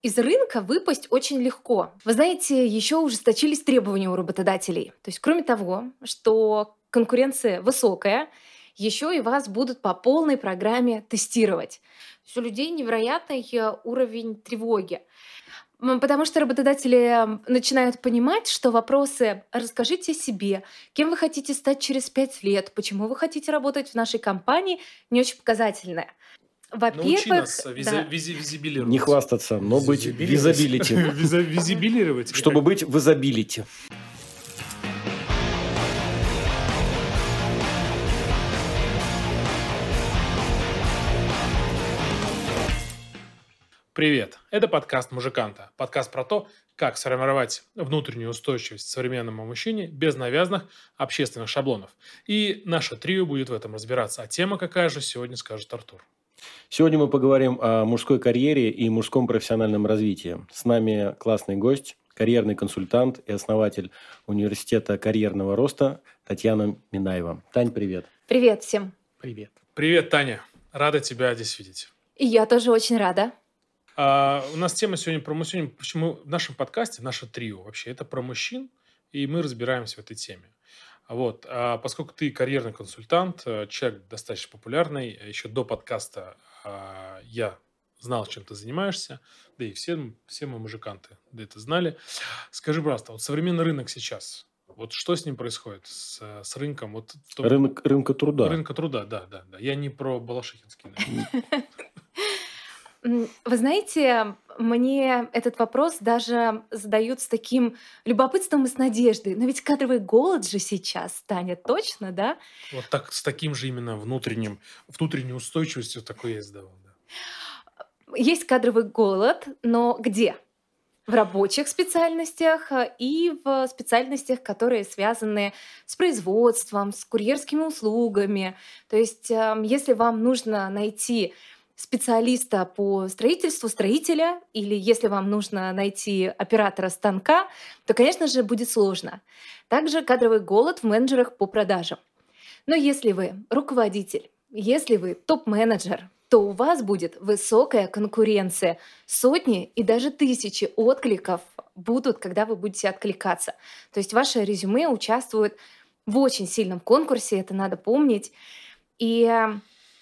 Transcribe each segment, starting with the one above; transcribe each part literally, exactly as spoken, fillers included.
Из рынка выпасть очень легко. Вы знаете, еще ужесточились требования у работодателей. То есть, кроме того, что конкуренция высокая, еще и вас будут по полной программе тестировать. То есть у людей невероятный э, уровень тревоги. М, Потому что работодатели м, начинают понимать, что вопросы «расскажите о себе», «кем вы хотите стать через пять лет», «почему вы хотите работать в нашей компании» не очень показательные. Научи Во-первых, нас виза- да, визи- Не визибилировать. хвастаться, но быть в Визибилировать. визабилити. Виза- Визибилировать. Чтобы быть в изобилити. Привет, это подкаст «Мужиканта». Подкаст про то, как сформировать внутреннюю устойчивость современному мужчине без навязанных общественных шаблонов. И наше трио будет в этом разбираться. А тема какая же, сегодня скажет Артур. Сегодня мы поговорим о мужской карьере и мужском профессиональном развитии. С нами классный гость, карьерный консультант и основатель университета карьерного роста Татьяна Минаева. Тань, привет. привет всем. Привет. Привет, Таня. Рада тебя здесь видеть. И я тоже очень рада. А, у нас тема сегодня про мужчин. Почему в нашем подкасте, наше трио вообще, это про мужчин, и мы разбираемся в этой теме. А Вот, а поскольку ты карьерный консультант, э, человек достаточно популярный, э, еще до подкаста а, я знал, чем ты занимаешься, да и все, м- все мы мужиканты, да это знали. Скажи, пожалуйста, вот современный рынок сейчас, вот что с ним происходит, с, э, с рынком, вот в том- Рынок, рынка труда. рынка труда, да, да, да. Я не про Балашихинский. да. М, Вы знаете, мне этот вопрос даже задают с таким любопытством и с надеждой. Но ведь кадровый голод же сейчас станет, точно, да? Вот так с таким же именно внутренним, внутренней устойчивостью такой я задавал. Да. Есть кадровый голод, но где? В рабочих специальностях э, и в специальностях, которые связаны с производством, с курьерскими услугами. То есть, эм, если вам нужно найти специалиста по строительству, строителя, или если вам нужно найти оператора станка, то, конечно же, будет сложно. Также кадровый голод в менеджерах по продажам. Но если вы руководитель, если вы топ-менеджер, то у вас будет высокая конкуренция. Сотни и даже тысячи откликов будут, когда вы будете откликаться. То есть ваше резюме участвует в очень сильном конкурсе, это надо помнить. И э,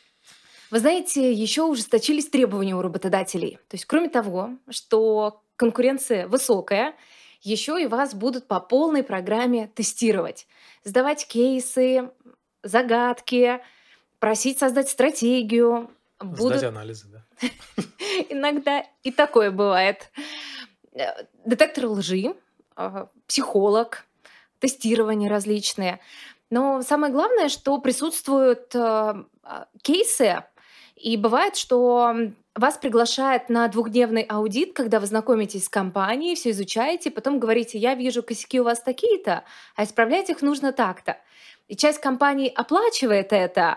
вы знаете, еще ужесточились требования у работодателей. То есть кроме того, что конкуренция высокая, еще и вас будут по полной программе тестировать, сдавать кейсы, загадки, просить создать стратегию. Сдать Будут анализы, да. иногда и такое бывает. Э, Детектор лжи, а, психолог, тестирования различные. Но самое главное, что присутствуют э, а, кейсы, и бывает, что м, вас приглашают на двухдневный аудит, когда вы знакомитесь с компанией, все изучаете, потом говорите, я вижу, косяки у вас такие-то, а исправлять их нужно так-то. И часть компаний оплачивает это,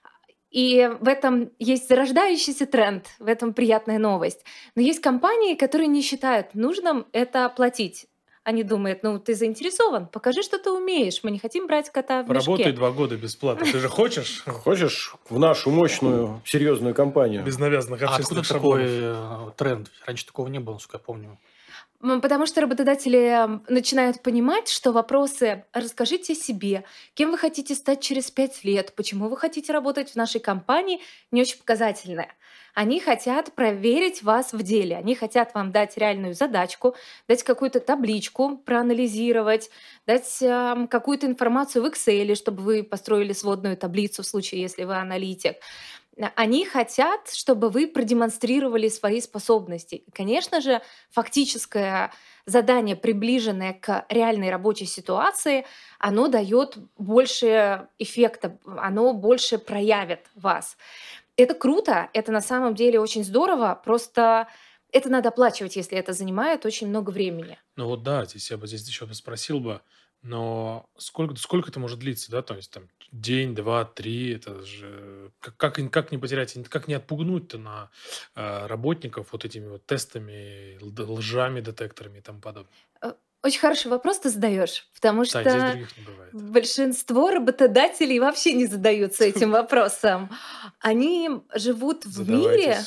и в этом есть зарождающийся тренд, в этом приятная новость. Но есть компании, которые не считают нужным это платить. Они думают, ну ты заинтересован, покажи, что ты умеешь, мы не хотим брать кота в Поработай мешке. два года бесплатно. Ты же хочешь? Хочешь в нашу мощную, серьезную компанию? Без навязанных А откуда общественных такой шаблонов. э, тренд? Раньше такого не было, насколько я помню. М, Потому что работодатели м, начинают понимать, что вопросы «расскажите о себе», «кем вы хотите стать через пять лет», «почему вы хотите работать в нашей компании» не очень показательные. Они хотят проверить вас в деле, они хотят вам дать реальную задачку, дать какую-то табличку, проанализировать, дать ам, какую-то информацию в Excel, чтобы вы построили сводную таблицу в случае, если вы аналитик. А, Они хотят, чтобы вы продемонстрировали свои способности. И, конечно же, фактическое задание, приближенное к реальной рабочей ситуации, оно дает больше эффекта, оно больше проявит вас. Это круто, это на самом деле очень здорово, просто это надо оплачивать, если это занимает очень много времени. Ну вот да, здесь я бы здесь еще бы спросил бы, но сколько, сколько это может длиться, да? То есть там день, два, три, это же как, как, и- как не потерять, как не отпугнуть-то на э, работников вот этими вот тестами, лд- лжами, детекторами и тому подобное. Э, Очень хороший вопрос ты задаешь, потому Тань, здесь что других не бывает. большинство работодателей вообще не задаются этим вопросом. Они живут в мире, Задавайтесь. в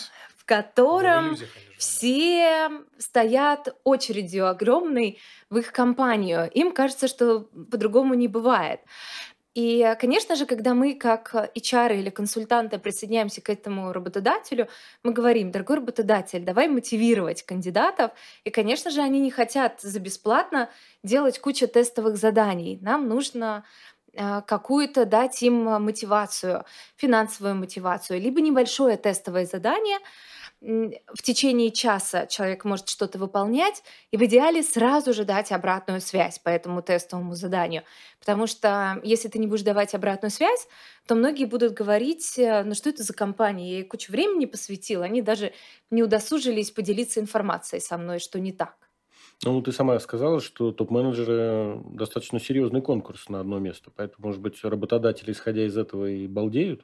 в Но в котором иллюзиях они живут, да. все стоят очередью огромной в их компанию. Им кажется, что по-другому не бывает. И, э, конечно же, когда мы как э, эйч ар или консультанты присоединяемся к этому работодателю, мы говорим: дорогой работодатель, давай мотивировать кандидатов. И, конечно же, они не хотят за бесплатно делать кучу тестовых заданий. Нам нужно а, какую-то дать им а, мотивацию, финансовую мотивацию, либо небольшое тестовое задание. М, В течение часа человек может что-то выполнять, и в идеале сразу же дать обратную связь по этому тестовому заданию. Потому что если ты не будешь давать обратную связь, то многие будут говорить: э, ну что это за компания, я ей кучу времени посвятила, они даже не удосужились поделиться информацией со мной, что не так. Ну, ты сама сказала, что топ-менеджеры достаточно серьезный конкурс на одно место, поэтому, может быть, работодатели, исходя из этого, и балдеют?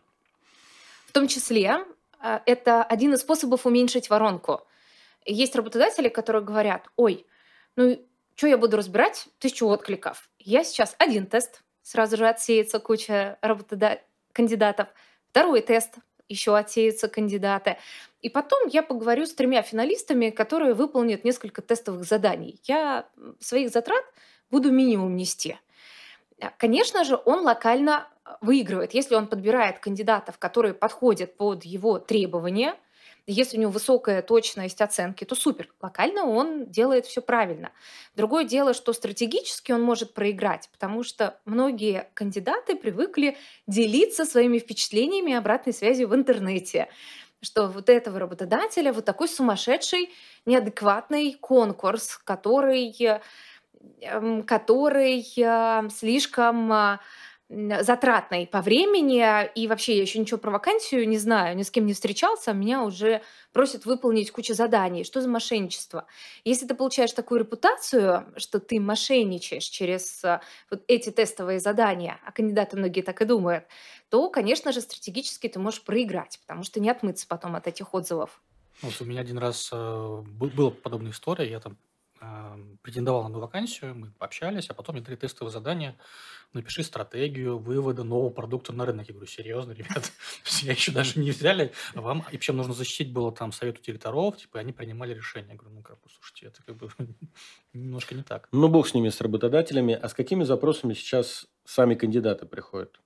В том числе а, это один из способов уменьшить воронку. Есть работодатели, которые говорят: ой, ну что я буду разбирать тысячу откликов? Я сейчас один тест, сразу же отсеется куча работода- кандидатов, второй тест, еще отсеются кандидаты. И потом я поговорю с тремя финалистами, которые выполнят несколько тестовых заданий. Я м, своих затрат буду минимум нести. А, Конечно же, он локально а, выигрывает, если он подбирает кандидатов, которые подходят под его требования. Если у него высокая точность оценки, то супер. Локально он делает все правильно. Другое дело, что стратегически он может проиграть, потому что многие кандидаты привыкли делиться своими впечатлениями и обратной связью в интернете, что вот этого работодателя вот такой сумасшедший, неадекватный конкурс, который э, эм, который, а, слишком, а, м, затратный по времени. И вообще я еще ничего про вакансию не знаю, ни с кем не встречался, а меня уже просят выполнить кучу заданий. Что за мошенничество? Если ты получаешь такую репутацию, что ты мошенничаешь через, а, вот эти тестовые задания, а кандидаты многие так и думают, то, конечно же, стратегически ты можешь проиграть, потому что не отмыться потом от этих отзывов. Вот у меня один раз э, бы- была подобная история. Я там а, претендовал на одну вакансию, мы пообщались, а потом мне дали тестовое задание. Напиши стратегию вывода нового продукта на рынок. Я говорю: серьезно, ребят, я еще даже не взяли, а вам, и причем нужно защитить было там совет утилитаров, типа, и они принимали решение. Я говорю: ну, как бы, слушайте, это как бы немножко не так. Ну, бог с ними, с работодателями. А с какими запросами сейчас сами кандидаты приходят?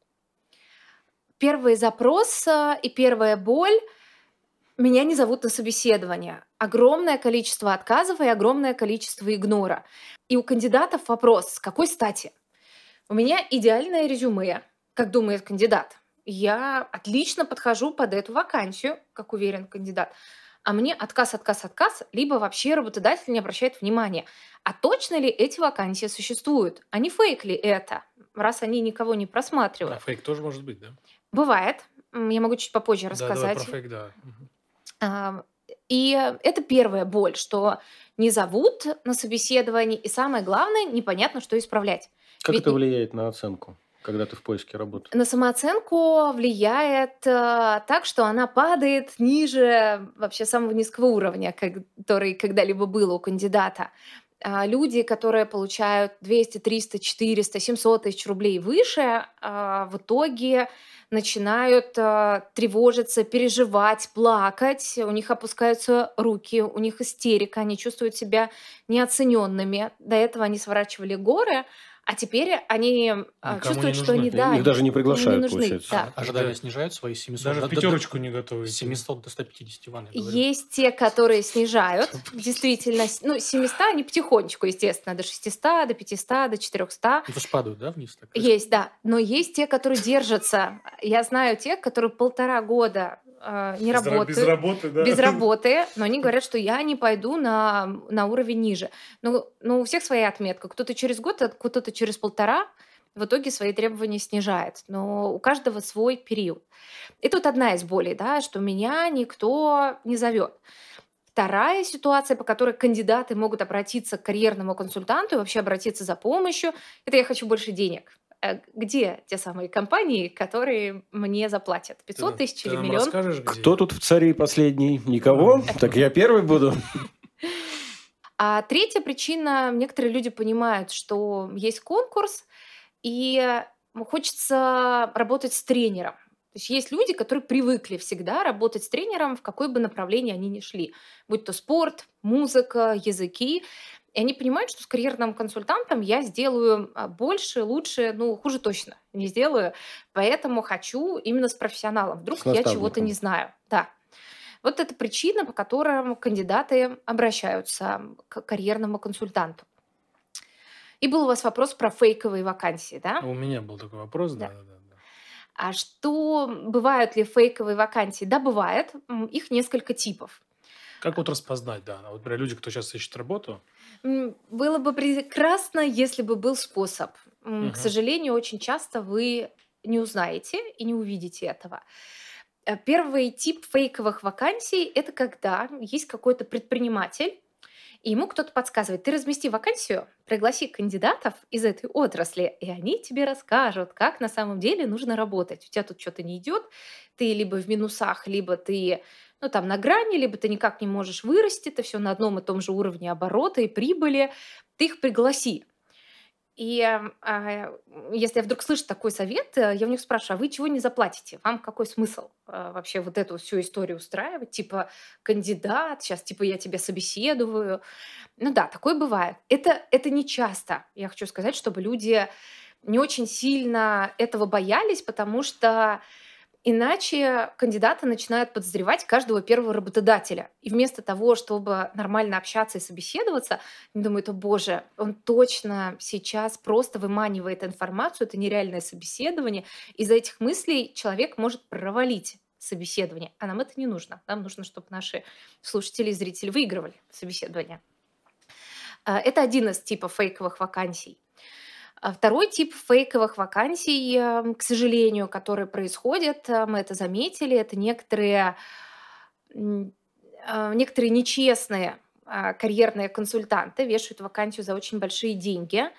Первый запрос, а, и первая боль: меня не зовут на собеседование. Огромное количество отказов и огромное количество игнора. И у кандидатов вопрос: с какой стати? У меня идеальное резюме, как думает кандидат. Я отлично подхожу под эту вакансию, как уверен кандидат. А мне отказ, отказ, отказ, либо вообще работодатель не обращает внимания. А точно ли эти вакансии существуют? А не фейк ли это, раз они никого не А просматривают? фейк тоже может быть, да? Бывает. М, Я могу чуть попозже Да, давай про рассказать. фейк, да. Мгм. А, И э, это первая боль, что не зовут на собеседование, и самое главное, непонятно, что исправлять. Как Ведь это не- влияет на оценку, когда ты в поиске работы? на самооценку влияет э, так, что она падает ниже вообще самого низкого уровня, как- который когда-либо был у кандидата. А Люди, которые получают двести, триста, четыреста, семьсот тысяч рублей выше, а, в итоге начинают а, тревожиться, переживать, плакать, у них опускаются руки, у них истерика, они чувствуют себя неоцененными. До этого они сворачивали горы, а теперь они а, Никому не чувствуют, что нужны. они, да, Их даже не никому не приглашают, нужны. получается. Да. А ожидания Да. снижают свои с семисот Даже до, в до- до- пятерочку не готовы с идти. семисот до ста пятидесяти, Иван, я говорю. Есть те, которые снижают, действительно, с- ну, с семисот они потихонечку, естественно, до шестисот, до пятисот, до четырехсот. Ну, то есть падают, да, вниз так? Есть, да. Но есть те, которые держатся. Я знаю тех, которые полтора года э, не Без, ра- без работают, работы, да. без работы, но они говорят, что я не пойду на, на уровень ниже. Ну, ну, у всех своя отметка. Кто-то через год, а кто-то через полтора в итоге свои требования снижает. Но у каждого свой период. И тут одна из болей, да, что меня никто не зовет. Вторая ситуация, по которой кандидаты могут обратиться к карьерному консультанту и вообще обратиться за помощью, это я хочу больше денег. Э, Где те самые компании, которые мне заплатят? Ты, пятьсот нам- тысяч ты или нам миллион? расскажешь, где? Кто тут в царе последний? Никого? Так я первый буду. А третья причина, некоторые люди понимают, что есть конкурс, и хочется работать с тренером. То есть есть люди, которые привыкли всегда работать с тренером, в какое бы направление они ни шли. Будь то спорт, музыка, языки. И они понимают, что с карьерным консультантом я сделаю а, больше, лучше, ну, хуже точно не сделаю. Поэтому хочу именно с профессионалом. Вдруг С я чего-то не наставником. знаю. Да. Вот это причина, по которой кандидаты обращаются к карьерному консультанту. И был у вас вопрос про фейковые вакансии, да? У меня был такой вопрос, Да. да-да-да. А что, бывают ли фейковые вакансии? Да, бывает. М, Их несколько типов. Как вот распознать, да? Вот, например, люди, кто сейчас ищет работу. М, Было бы прекрасно, если бы был способ. М, К Мгм. сожалению, очень часто вы не узнаете и не увидите этого. Э, Первый тип фейковых вакансий – это когда есть какой-то предприниматель, и ему кто-то подсказывает: ты размести вакансию, пригласи кандидатов из этой отрасли, и они тебе расскажут, как на самом деле нужно работать. У тебя тут что-то не идет, ты либо в минусах, либо ты, ну, там на грани, либо ты никак не можешь вырасти, это все на одном и том же уровне оборота и прибыли. Ты их пригласи. И ам, а, если я вдруг слышу такой совет, э, я у них спрашиваю: а вы чего не заплатите? Вам какой смысл э, вообще вот эту всю историю устраивать? Типа, кандидат, сейчас типа я тебя собеседую. Ну да, такое бывает. Это, это не часто. Я хочу сказать, чтобы люди не очень сильно этого боялись, потому что иначе кандидаты начинают подозревать каждого первого работодателя. И вместо того, чтобы нормально общаться и собеседоваться, они думают: о боже, он точно сейчас просто выманивает информацию, это нереальное собеседование. Из-за этих мыслей человек может провалить собеседование. А нам это не нужно. Нам нужно, чтобы наши слушатели и зрители выигрывали собеседование. А, Это один из типов фейковых вакансий. А Второй тип фейковых вакансий, эм, к сожалению, которые происходят, э, мы это заметили, это некоторые, м, а, некоторые нечестные а, карьерные консультанты вешают вакансию за очень большие деньги,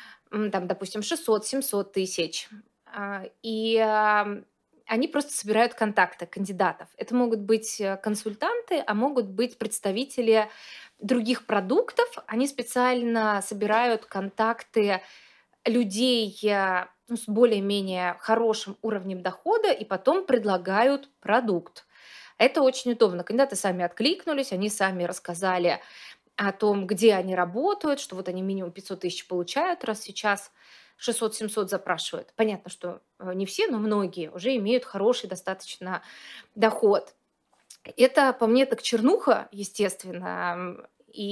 м, там, допустим, шестьсот-семьсот тысяч. А, И ам, они просто собирают контакты кандидатов. Это могут быть э, консультанты, а могут быть представители других продуктов. Они специально собирают контакты людей, э, ну, с более-менее хорошим уровнем дохода и потом предлагают продукт. Это очень удобно. Кандидаты сами откликнулись, они сами рассказали о том, где они работают, что вот они минимум пятьсот тысяч получают, раз сейчас шестьсот-семьсот запрашивают. Понятно, что э, не все, но многие уже имеют хороший достаточно доход. Это, по мне, так чернуха, естественно, м,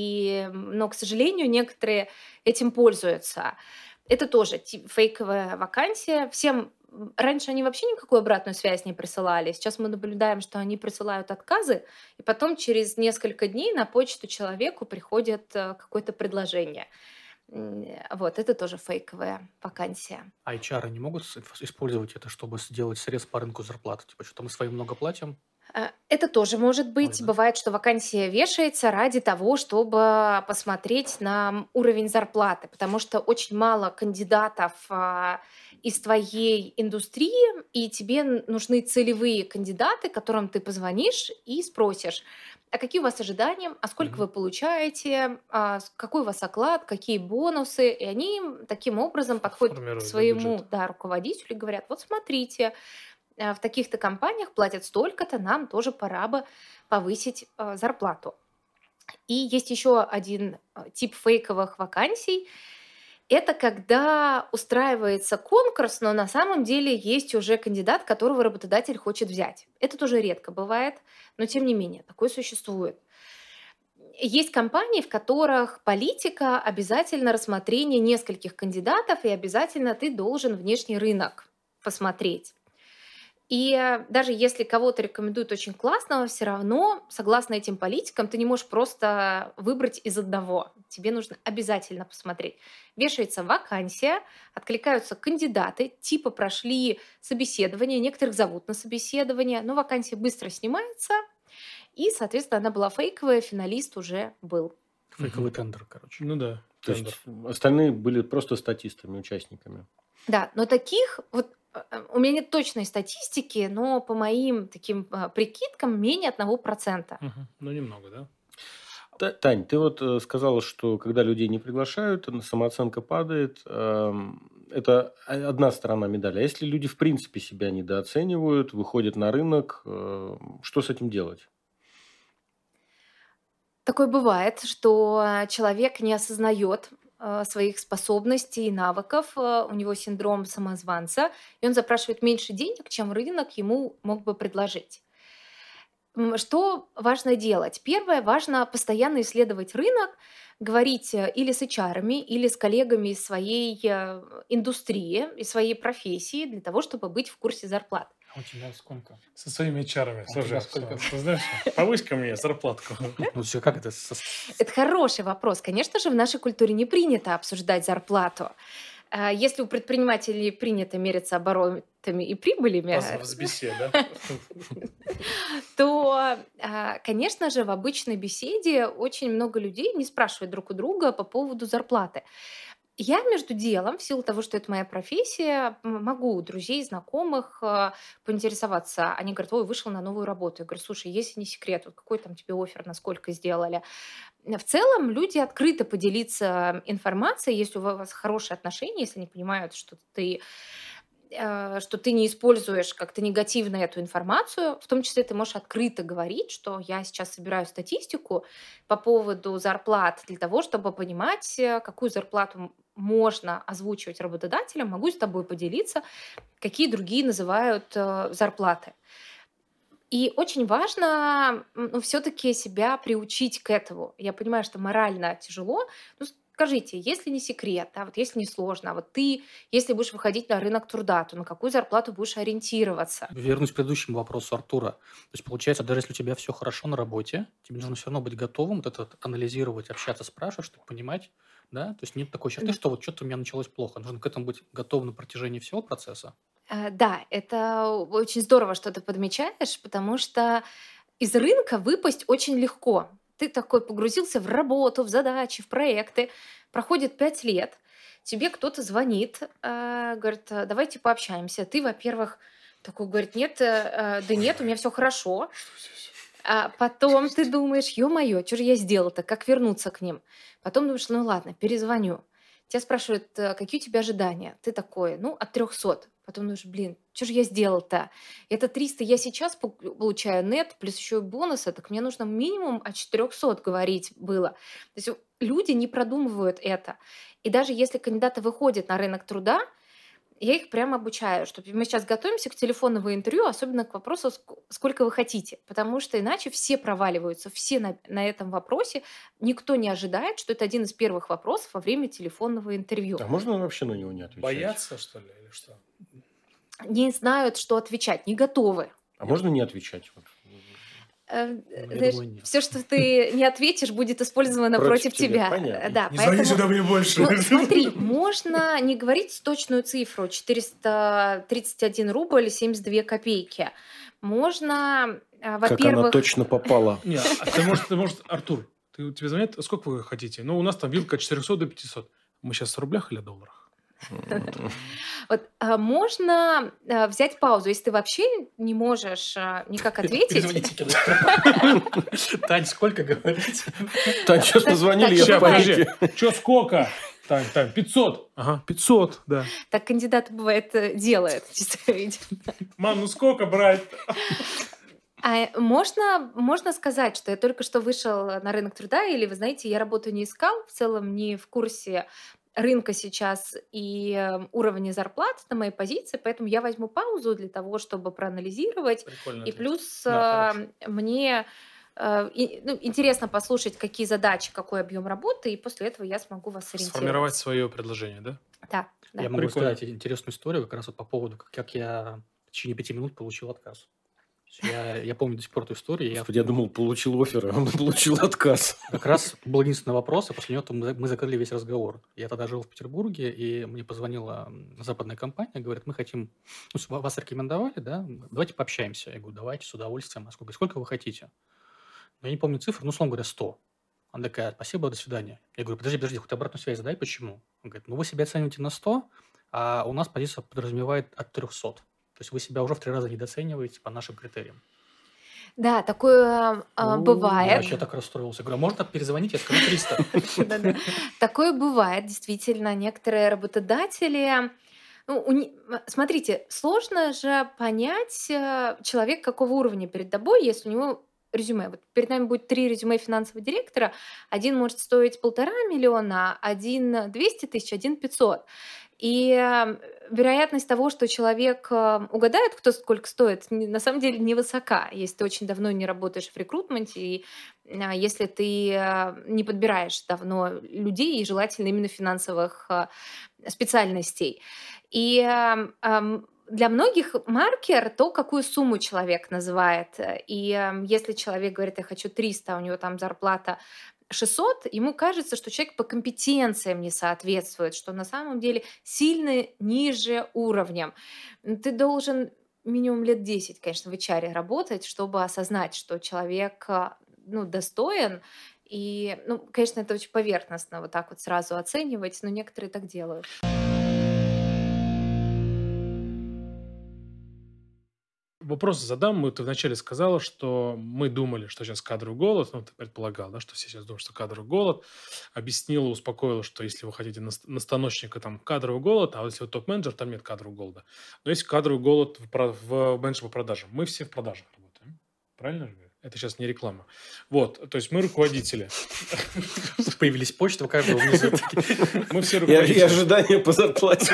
и, м, но, к сожалению, некоторые этим пользуются. Это тоже тип- фейковая вакансия. Всем м, раньше они вообще никакую обратную связь не присылали. Сейчас мы наблюдаем, что они присылают отказы, и потом через несколько дней на почту человеку приходит э, какое-то предложение. М, Вот, это тоже фейковая вакансия. А эйч ар не могут с- использовать это, чтобы сделать срез по рынку зарплат? Типа, что-то мы своим много платим? А, Это тоже может быть. Ой, да? Бывает, что вакансия вешается ради того, чтобы посмотреть на уровень зарплаты, потому что очень мало кандидатов а, из твоей индустрии, и тебе н- нужны целевые кандидаты, которым ты позвонишь и спросишь: а какие у вас ожидания, а сколько Мгм. вы получаете, а с- какой у вас оклад, какие бонусы. И они таким образом Ф- подходят к Формируют, да, своему, бюджет. да, руководителю и говорят: вот смотрите, э, в таких-то компаниях платят столько-то, нам тоже пора бы повысить э, зарплату. И есть еще один э, тип фейковых вакансий. Это когда устраивается конкурс, но на самом деле есть уже кандидат, которого работодатель хочет взять. Это тоже редко бывает, но тем не менее, такое существует. Есть компании, в которых политика обязательно рассмотрение нескольких кандидатов, и обязательно ты должен внешний рынок посмотреть. И э, даже если кого-то рекомендуют очень классного, все равно, согласно этим политикам, ты не можешь просто выбрать из одного. Тебе нужно обязательно посмотреть. Вешается вакансия, откликаются кандидаты, типа прошли собеседование, некоторых зовут на собеседование, но вакансия быстро снимается, и, соответственно, она была фейковая, финалист уже был. Фейковый Мгм. тендер, короче. Ну да, То тендер. есть м, остальные были просто статистами, участниками. Да, но таких вот э, э, у меня нет точной статистики, но по моим таким а, прикидкам менее одного процента. Мгм. Ну, немного, да? Та- Тань, ты вот э, сказала, что когда людей не приглашают, н- самооценка падает. Эм, это одна сторона медали. А если люди в принципе себя недооценивают, выходят на рынок, э, что с этим делать? Такое бывает, что человек не осознает э, своих способностей и навыков, э, у него синдром самозванца, и он запрашивает меньше денег, чем рынок ему мог бы предложить. М, Что важно делать? Первое, важно постоянно исследовать рынок, говорить э, или с эйч ар, или с коллегами из своей э, индустрии, из своей профессии, для того, чтобы быть в курсе зарплат. А у тебя сколько? Со своими эйч ар-ами. У Слушай, тебя сколько? ты знаешь, повысь-ка мне зарплатку. Ну, все, как это? со- Это хороший вопрос. Конечно же, в нашей культуре не принято обсуждать зарплату. А, Если у предпринимателей принято мериться оборотами и прибылями, По взбесе, да? то, а, конечно же, в обычной беседе очень много людей не спрашивают друг у друга по поводу зарплаты. Я между делом, в силу того, что это моя профессия, м, могу у друзей, знакомых а, поинтересоваться. Они говорят, ой, вышел на новую работу. Я говорю, слушай, если не секрет, вот какой там тебе оффер, насколько сделали? В целом люди открыто поделиться информацией, если у вас хорошие отношения, если они понимают, что ты э, что ты не используешь как-то негативно эту информацию. В том числе ты можешь открыто говорить, что я сейчас собираю статистику по поводу зарплат для того, чтобы понимать, э, какую зарплату м- можно озвучивать работодателям. Могу с тобой поделиться, какие другие называют э, зарплаты. И очень важно, м, ну, все-таки себя приучить к этому. Я понимаю, что морально тяжело. Ну, скажите, если не секрет, да, вот если не сложно, а вот ты, если будешь выходить на рынок труда, то на какую зарплату будешь ориентироваться? Вернусь к предыдущему вопросу Артура. То есть, получается, даже если у тебя все хорошо на работе, тебе нужно все равно быть готовым вот это вот анализировать, общаться, спрашивать, чтобы понимать, да? То есть нет такой черты, Да. что вот что-то у меня началось плохо. Нужно к этому быть готовым на протяжении всего процесса. Э, Да, это очень здорово, что ты подмечаешь, потому что из рынка выпасть очень легко. Ты такой погрузился в работу, в задачи, в проекты. Проходит пять лет, тебе кто-то звонит, э, говорит, «А, давайте пообщаемся. Ты, во-первых, такой говорит, нет, э, э, да нет, у меня все хорошо. А потом ты думаешь, ё-моё, что же я сделал-то, как вернуться к ним? Потом думаешь, ну ладно, перезвоню. Тебя спрашивают, э, какие у тебя ожидания? Ты такой, ну, от трехсот. Потом думаешь, блин, что же я сделал-то? Это триста я сейчас пу- получаю нет, плюс еще и бонусы, так мне нужно минимум от четырехсот говорить было. То есть у- люди не продумывают это. И даже если кандидаты выходят на рынок труда, я их прямо обучаю, что мы сейчас готовимся к телефонному интервью, особенно к вопросу, ск- сколько вы хотите, потому что иначе все проваливаются, все на, на этом вопросе. Никто не ожидает, что это один из первых вопросов во время телефонного интервью. А можно вообще на него не отвечать? Боятся, что ли, или что? Не знают, что отвечать, не готовы. А можно не отвечать? Вот. Э, Ну, я Знаешь, думаю, нет. все, что ты не ответишь, будет использовано Против против тебя, тебя. понятно. Э, Да, Не звони поэтому... сюда мне больше. Ну, смотри, можно не говорить точную цифру четыреста тридцать один рубль семьдесят две копейки. Можно, а, Как она во-первых, точно попала. Не, а ты, может, ты, может, Артур, ты, тебе звонят, сколько вы хотите? Ну, у нас там вилка от четырехсот до пятисот. Мы сейчас в рублях или долларах? вот, а, можно а, взять паузу, если ты вообще не можешь а, никак ответить. Перезвоните кидать. Тань, сколько говорить? Тань, сейчас позвонили, я Сейчас, в панике. подожди. Че, сколько? Тань, Тань, пятьсот. Ага, пятьсот, да. Так кандидат бывает э, делает, действительно. Мам, ну сколько брать? А можно, можно сказать, что я только что вышел на рынок труда, или, вы знаете, я работу не искал, в целом не в курсе рынка сейчас и э, уровня зарплат на моей позиции, поэтому я возьму паузу для того, чтобы проанализировать. Прикольно. И плюс Да, э, мне э, и- ну, интересно послушать, какие задачи, какой объем работы, и после этого я смогу вас Сформировать ориентировать. свое предложение, да? Да, да. Я могу Прикольно. рассказать интересную историю как раз вот по поводу, как, как я в течение пяти минут получил отказ. То есть Я, я помню до сих пор эту историю. Я Господи, я думал, получил оффер, а он получил отказ. как раз был единственный вопрос, а после него мы, мы закрыли весь разговор. Я тогда жил в Петербурге, и мне позвонила м, западная компания, говорит, мы хотим, ну, с- вас рекомендовали, да, давайте пообщаемся. Я говорю, давайте, с удовольствием. А сколько, сколько вы хотите? Я не помню цифру, ну, условно говоря, сто. Она такая, спасибо, до свидания. Я говорю, подожди, подожди, хоть обратную связь дай, почему? Он говорит, ну, вы себя оцениваете на сто, а у нас позиция подразумевает от трехсот. То есть вы себя уже в три раза недооцениваете по нашим критериям. Да, такое а, Я бывает. вообще так расстроился. Говорю, можно перезвонить? Я скажу триста. Да-да. Такое бывает, действительно. Некоторые работодатели... Ну, у не- м, смотрите, сложно же понять, э, человек какого уровня перед тобой, если у него резюме. Вот перед нами будет три резюме финансового директора. Один может стоить полтора миллиона, один двести тысяч, один пятьсот. И э, вероятность того, что человек э, угадает, кто сколько стоит, не- на самом деле невысока, если ты очень давно не работаешь в рекрутменте, и а, если ты э, не подбираешь давно людей, и желательно именно финансовых э, специальностей. И ам, ам, для многих маркер то, какую сумму человек называет. Э, И ам, если человек говорит, я хочу триста, а у него там зарплата шестьсот, ему кажется, что человек по компетенциям не соответствует, что на самом деле сильно ниже уровнем. М, Ты должен минимум лет десять, конечно, в эйч ар работать, чтобы осознать, что человек а, ну, достоин. И, ну, конечно, это очень поверхностно вот так вот сразу оценивать, но некоторые так делают. Вопрос задам. Мы, ты вначале сказала, что мы думали, что сейчас кадровый голод. Ну, ты предполагал, да, что все сейчас думают, что кадровый голод. Объяснила, успокоила, что если вы хотите на, на станочника, там кадровый голод, а если вы топ-менеджер, там нет кадрового голода. Но есть кадровый голод в, про- в менеджер по продажам. Мы все в продажах работаем. Правильно же говорю? Это сейчас не реклама. Вот, то есть мы руководители. Появились почты у каждого внизу. Мы все И, и руководители. ожидания по зарплате.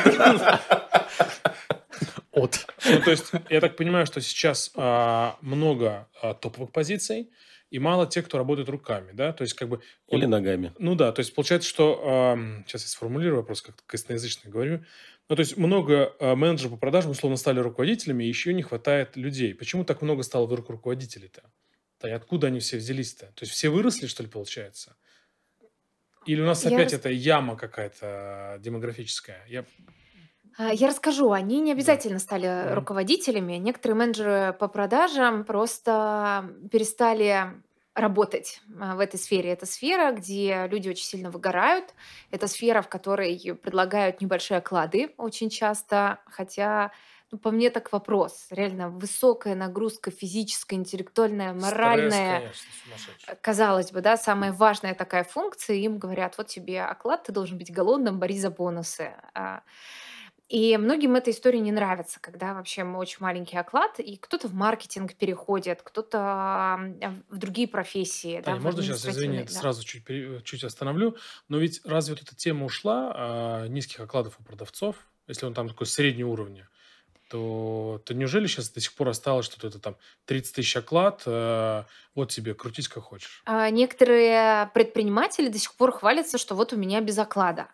От. Ну, то есть, я так понимаю, что сейчас а, много а, топовых позиций и мало тех, кто работает руками, да? То есть, как бы... вот, Или ногами. ну да, то есть, получается, что... ам, сейчас я сформулирую вопрос, как косноязычно говорю. Ну, то есть, много а, менеджеров по продажам, условно, стали руководителями, и еще не хватает людей. Почему так много стало вдруг руководителей-то? Да, и откуда они все взялись-то? То есть, все выросли, что ли, получается? Или у нас Я опять рас- это яма какая-то демографическая? Я... А, Я расскажу, они не Да. обязательно стали Мгм. руководителями. Некоторые менеджеры по продажам просто перестали работать а, в этой сфере. Это сфера, где люди очень сильно выгорают. Это сфера, в которой предлагают небольшие оклады очень часто. Хотя, ну, по мне так вопрос. Реально высокая нагрузка физическая, интеллектуальная, Стресс, моральная. конечно, сумасшедший. Э, Казалось бы, да, самая важная такая функция. Им говорят, вот тебе оклад, ты должен быть голодным, борись за бонусы. А, И многим эта история не нравится, когда вообще м- очень маленький оклад, и кто-то в маркетинг переходит, кто-то ам, а, в другие профессии, да, Таня, в можно сейчас, извини, административные, да. сразу чуть, пере- чуть остановлю, но ведь разве вот эта тема ушла а, низких окладов у продавцов, если он там такой средний уровня, то, то неужели сейчас до сих пор осталось что-то это там тридцать тысяч оклад, а, вот тебе, крутись как хочешь. А Некоторые предприниматели до сих пор хвалятся, что вот у меня без оклада.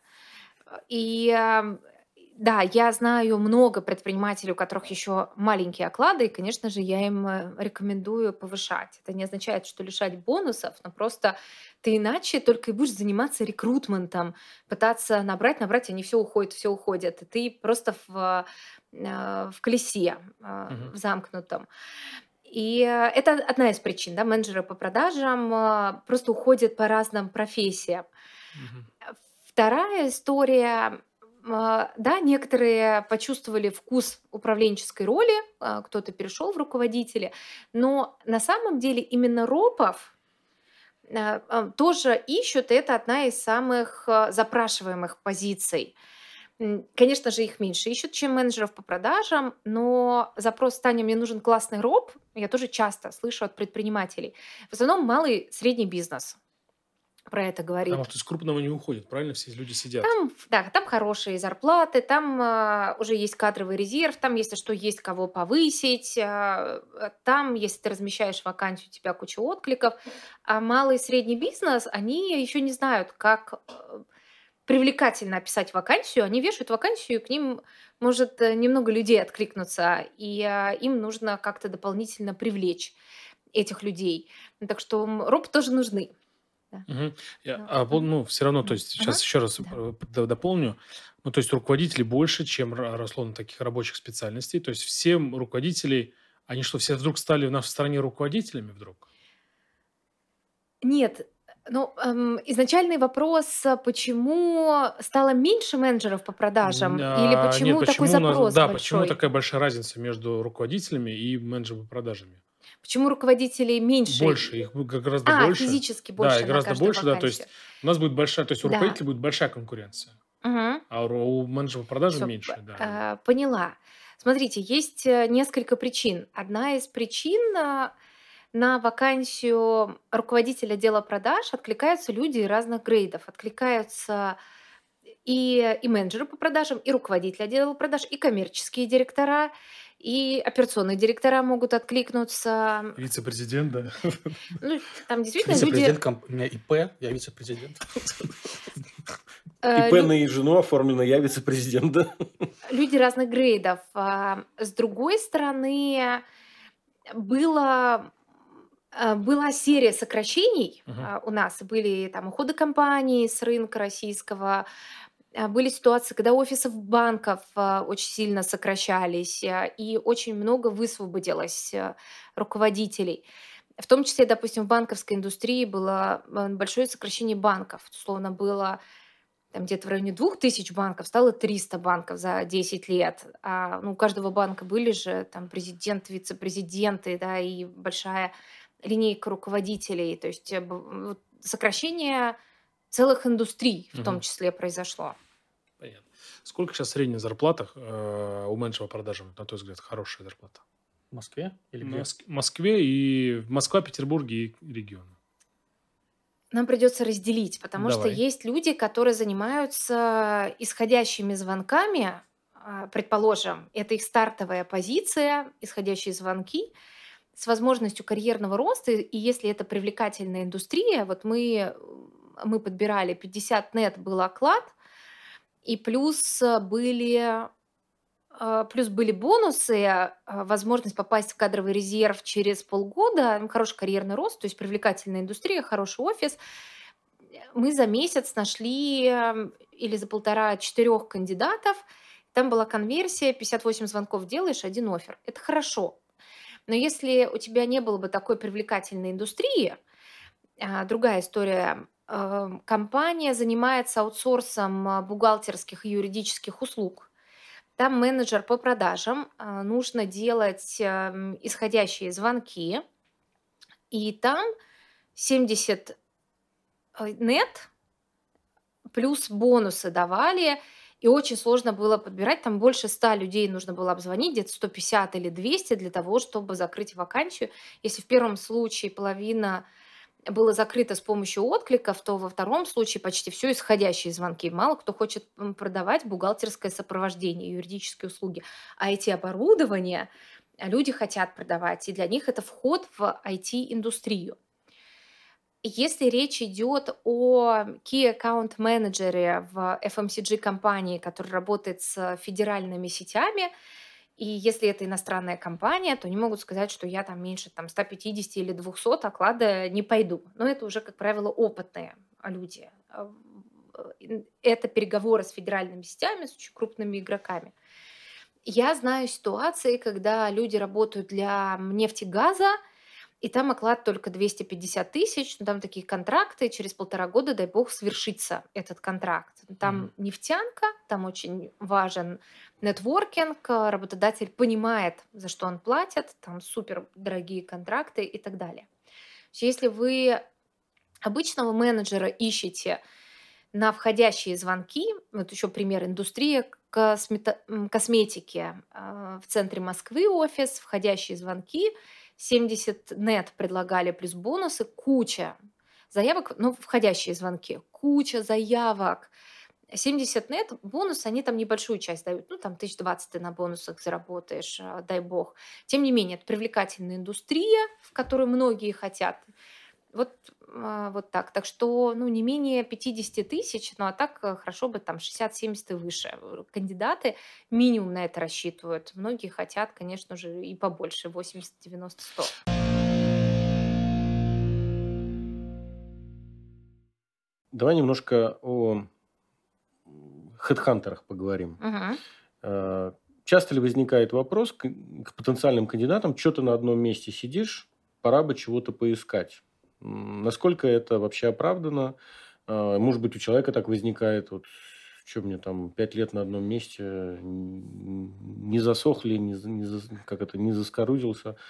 И ам, да, я знаю много предпринимателей, у которых еще маленькие оклады, и, конечно же, я им э, рекомендую повышать. Это не означает, что лишать бонусов, но просто ты иначе только и будешь заниматься рекрутментом, пытаться набрать, набрать, они все уходят, все уходят, и ты просто в, э, в колесе, э, Мгм. в замкнутом. И э, это одна из причин, да, менеджеры по продажам э, просто уходят по разным профессиям. Мгм. Вторая история, а, да, некоторые почувствовали вкус управленческой роли, а, кто-то перешел в руководители, но на самом деле именно ропов а, а, тоже ищут, и это одна из самых а, запрашиваемых позиций. М, Конечно же, их меньше ищут, чем менеджеров по продажам, но запрос «Таня, мне нужен классный роб» я тоже часто слышу от предпринимателей. В основном малый средний бизнес про это Потому говорит. что из крупного не уходит, правильно? Все люди сидят. Там, да, там хорошие зарплаты, там а, уже есть кадровый резерв, там, если что, есть кого повысить, а, а, там, если ты размещаешь вакансию, у тебя куча откликов. А малый и средний бизнес, они еще не знают, как э, привлекательно описать вакансию. Они вешают вакансию, и к ним может э, немного людей откликнуться, и а, им нужно как-то дополнительно привлечь этих людей. Так что м, роб тоже нужны. Да. Мгм. Я, Да. а, вот, Мгм. ну, все равно, то Мгм. есть сейчас Ага. еще раз Да. э, д- дополню, ну, то есть руководителей больше, чем ра- росло на таких рабочих специальностей, то есть все м- руководителей, они что, все вдруг стали в нашей стране руководителями вдруг? Нет, ну, эм, изначальный вопрос, а, почему стало меньше менеджеров по продажам Н- или а, Нет, почему такой почему у нас, запрос да, почему большой? такая большая разница между руководителями и менеджерами по продажами? Почему руководителей меньше? Больше, их бу- гораздо А, больше. физически Да, больше их на гораздо каждую больше, да, то есть вакансию. у нас будет большая, то есть у Да. руководителя будет большая конкуренция, Мгм. а у у менеджера по продажам Все, меньше, да. поняла. Смотрите, есть э, несколько причин. Одна из причин а, на вакансию руководителя отдела продаж откликаются люди разных грейдов. Откликаются и, и менеджеры по продажам, и руководители отдела продаж, и коммерческие директора, и операционные директора могут откликнуться. Вице-президент, да. Ну, там действительно люди, Вице-президент, комп- у меня ИП, я вице-президент. э, ИП лю- на жену оформлено, я вице-президент, да? люди разных грейдов. А, С другой стороны, было, а, была серия сокращений. Мгм. а, У нас были там уходы компаний с рынка российского, а, были ситуации, когда офисов банков а, очень сильно сокращались, а, и очень много высвободилось а, руководителей. В том числе, допустим, в банковской индустрии было а, большое сокращение банков. Условно было там где-то в районе двух тысяч банков, стало триста банков за десять лет. А, ну, у каждого банка были же там президент, вице-президенты, да, и большая линейка руководителей. То есть э, б- вот сокращение целых индустрий в том Мгм. числе произошло. Понятно. Сколько сейчас средняя зарплата э, у менеджера по продажам, на твой взгляд, хорошая зарплата? В Москве или В где? Моск- Москве и Москва, Петербурге и регионы. Нам придется разделить, потому что Давай. есть люди, которые занимаются исходящими звонками, а, предположим, это их стартовая позиция, исходящие звонки, с возможностью карьерного роста, и если это привлекательная индустрия, вот мы, э, мы подбирали пятьдесят нет был оклад, и плюс э, были а, плюс были бонусы, а, возможность попасть в кадровый резерв через полгода, м, хороший карьерный рост, то есть привлекательная индустрия, хороший офис. Мы за месяц нашли м, или за полтора четырех кандидатов. Там была конверсия, пятьдесят восемь звонков делаешь, один оффер. Это хорошо. Но если у тебя не было бы такой привлекательной индустрии, а, другая история. Ам, Компания занимается аутсорсом а, бухгалтерских и юридических услуг. Там менеджер по продажам, а, нужно делать ам, исходящие звонки, и там семьдесят э, нет плюс бонусы давали, и очень сложно было подбирать. Там больше ста людей нужно было обзвонить, где-то сто пятьдесят или двести для того, чтобы закрыть вакансию. Если в первом случае половина было закрыто с помощью откликов, то во втором случае почти все исходящие звонки. Мало кто хочет м, продавать бухгалтерское сопровождение, юридические услуги. А эти оборудования а, люди хотят продавать, и для них это вход в ай ти-индустрию. Если речь идет о Key Account менеджере в эф эм си джи-компании, который работает с федеральными сетями, и если это иностранная компания, то они могут сказать, что я там меньше там, ста пятидесяти или двухсот оклада не пойду. Но это уже, как правило, опытные а, люди. А, в- э, Это переговоры с федеральными сетями, с очень крупными игроками. Я знаю ситуации, когда люди работают для нефтегаза, и там оклад только двести пятьдесят тысяч, но там такие контракты, через полтора года, дай бог, свершится этот контракт. Там Мгм. нефтянка, там очень важен нетворкинг, а, работодатель понимает, за что он платит, там супер дорогие контракты и так далее. То есть если вы обычного менеджера ищете на входящие звонки, вот еще пример, индустрия космето- м, косметики, а, в центре Москвы офис, входящие звонки, семьдесят нет предлагали плюс бонусы, куча заявок, ну, входящие звонки, куча заявок, семьдесят нет, бонус, они там небольшую часть дают, ну, там тысяч двадцать ты на бонусах заработаешь, а, дай бог. Тем не менее, это привлекательная индустрия, в которую многие хотят. Вот, а, вот так. Так что, ну, не менее пятьдесят тысяч, ну, а так э, хорошо бы там шестьдесят-семьдесят и выше. Э, Кандидаты минимум на это рассчитывают. Многие хотят, конечно же, и побольше, восемьдесят, девяносто, сто. Давай немножко о хедхантерах поговорим. Мгм. Э, Часто ли возникает вопрос к, к потенциальным кандидатам, что ты на одном месте сидишь, пора бы чего-то поискать? М, Насколько это вообще оправдано? Э, Может быть, у человека так возникает, вот, что мне там пять лет на одном месте, н- не засохли, не, за- не за- как это, не заскорузился.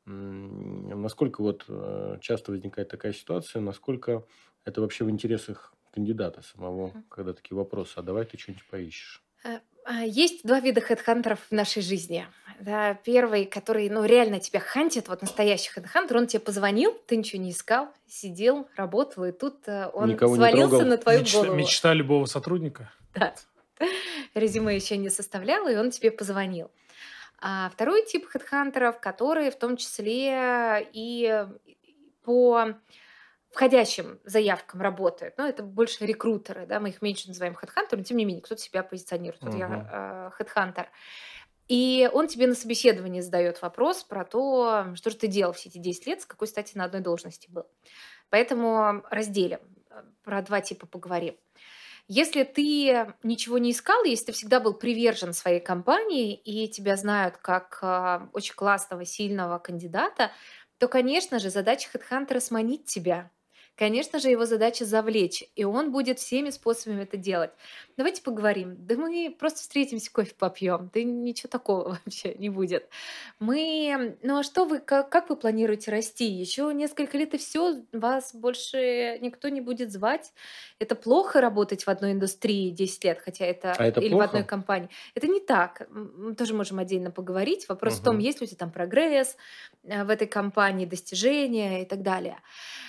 М, Насколько вот э, часто возникает такая ситуация, насколько это вообще в интересах кандидата самого, Мгм. когда такие вопросы, а давай ты что-нибудь поищешь. Э, а, Есть два вида хедхантеров в нашей жизни. Да, первый, который, ну, реально тебя хантит, вот настоящий хедхантер, он тебе позвонил, ты ничего не искал, сидел, работал, и тут э, он Никого не свалился трогал. на твою Мечта, голову. мечта любого сотрудника. Да. Резюме еще не составлял, и он тебе позвонил. А второй тип хедхантеров, которые в том числе и по входящим заявкам работают. Ну, это больше рекрутеры, да, мы их меньше называем хедхантером, но тем не менее, кто-то себя позиционирует. Вот Мгм. я хедхантер. И он тебе на собеседовании задает вопрос про то, что же ты делал все эти десять лет, с какой стати на одной должности был. Поэтому разделим, э, про два типа поговорим. Если ты ничего не искал, если ты всегда был привержен своей компании и тебя знают как а, очень классного, сильного кандидата, то, конечно же, задача хедхантера сманить тебя. Конечно же, его задача завлечь, и он будет всеми способами это делать. Давайте поговорим. Да мы просто встретимся, кофе попьем. Да ничего такого вообще не будет. Мы, ну а что вы, как, как вы планируете расти? Еще несколько лет и все, вас больше никто не будет звать. Это плохо работать в одной индустрии десять лет, хотя это А это или в одной плохо? компании. Это не так. М, Мы тоже можем отдельно поговорить. Вопрос в том, Мгм. есть ли у тебя там прогресс э, в этой компании, достижения и так далее.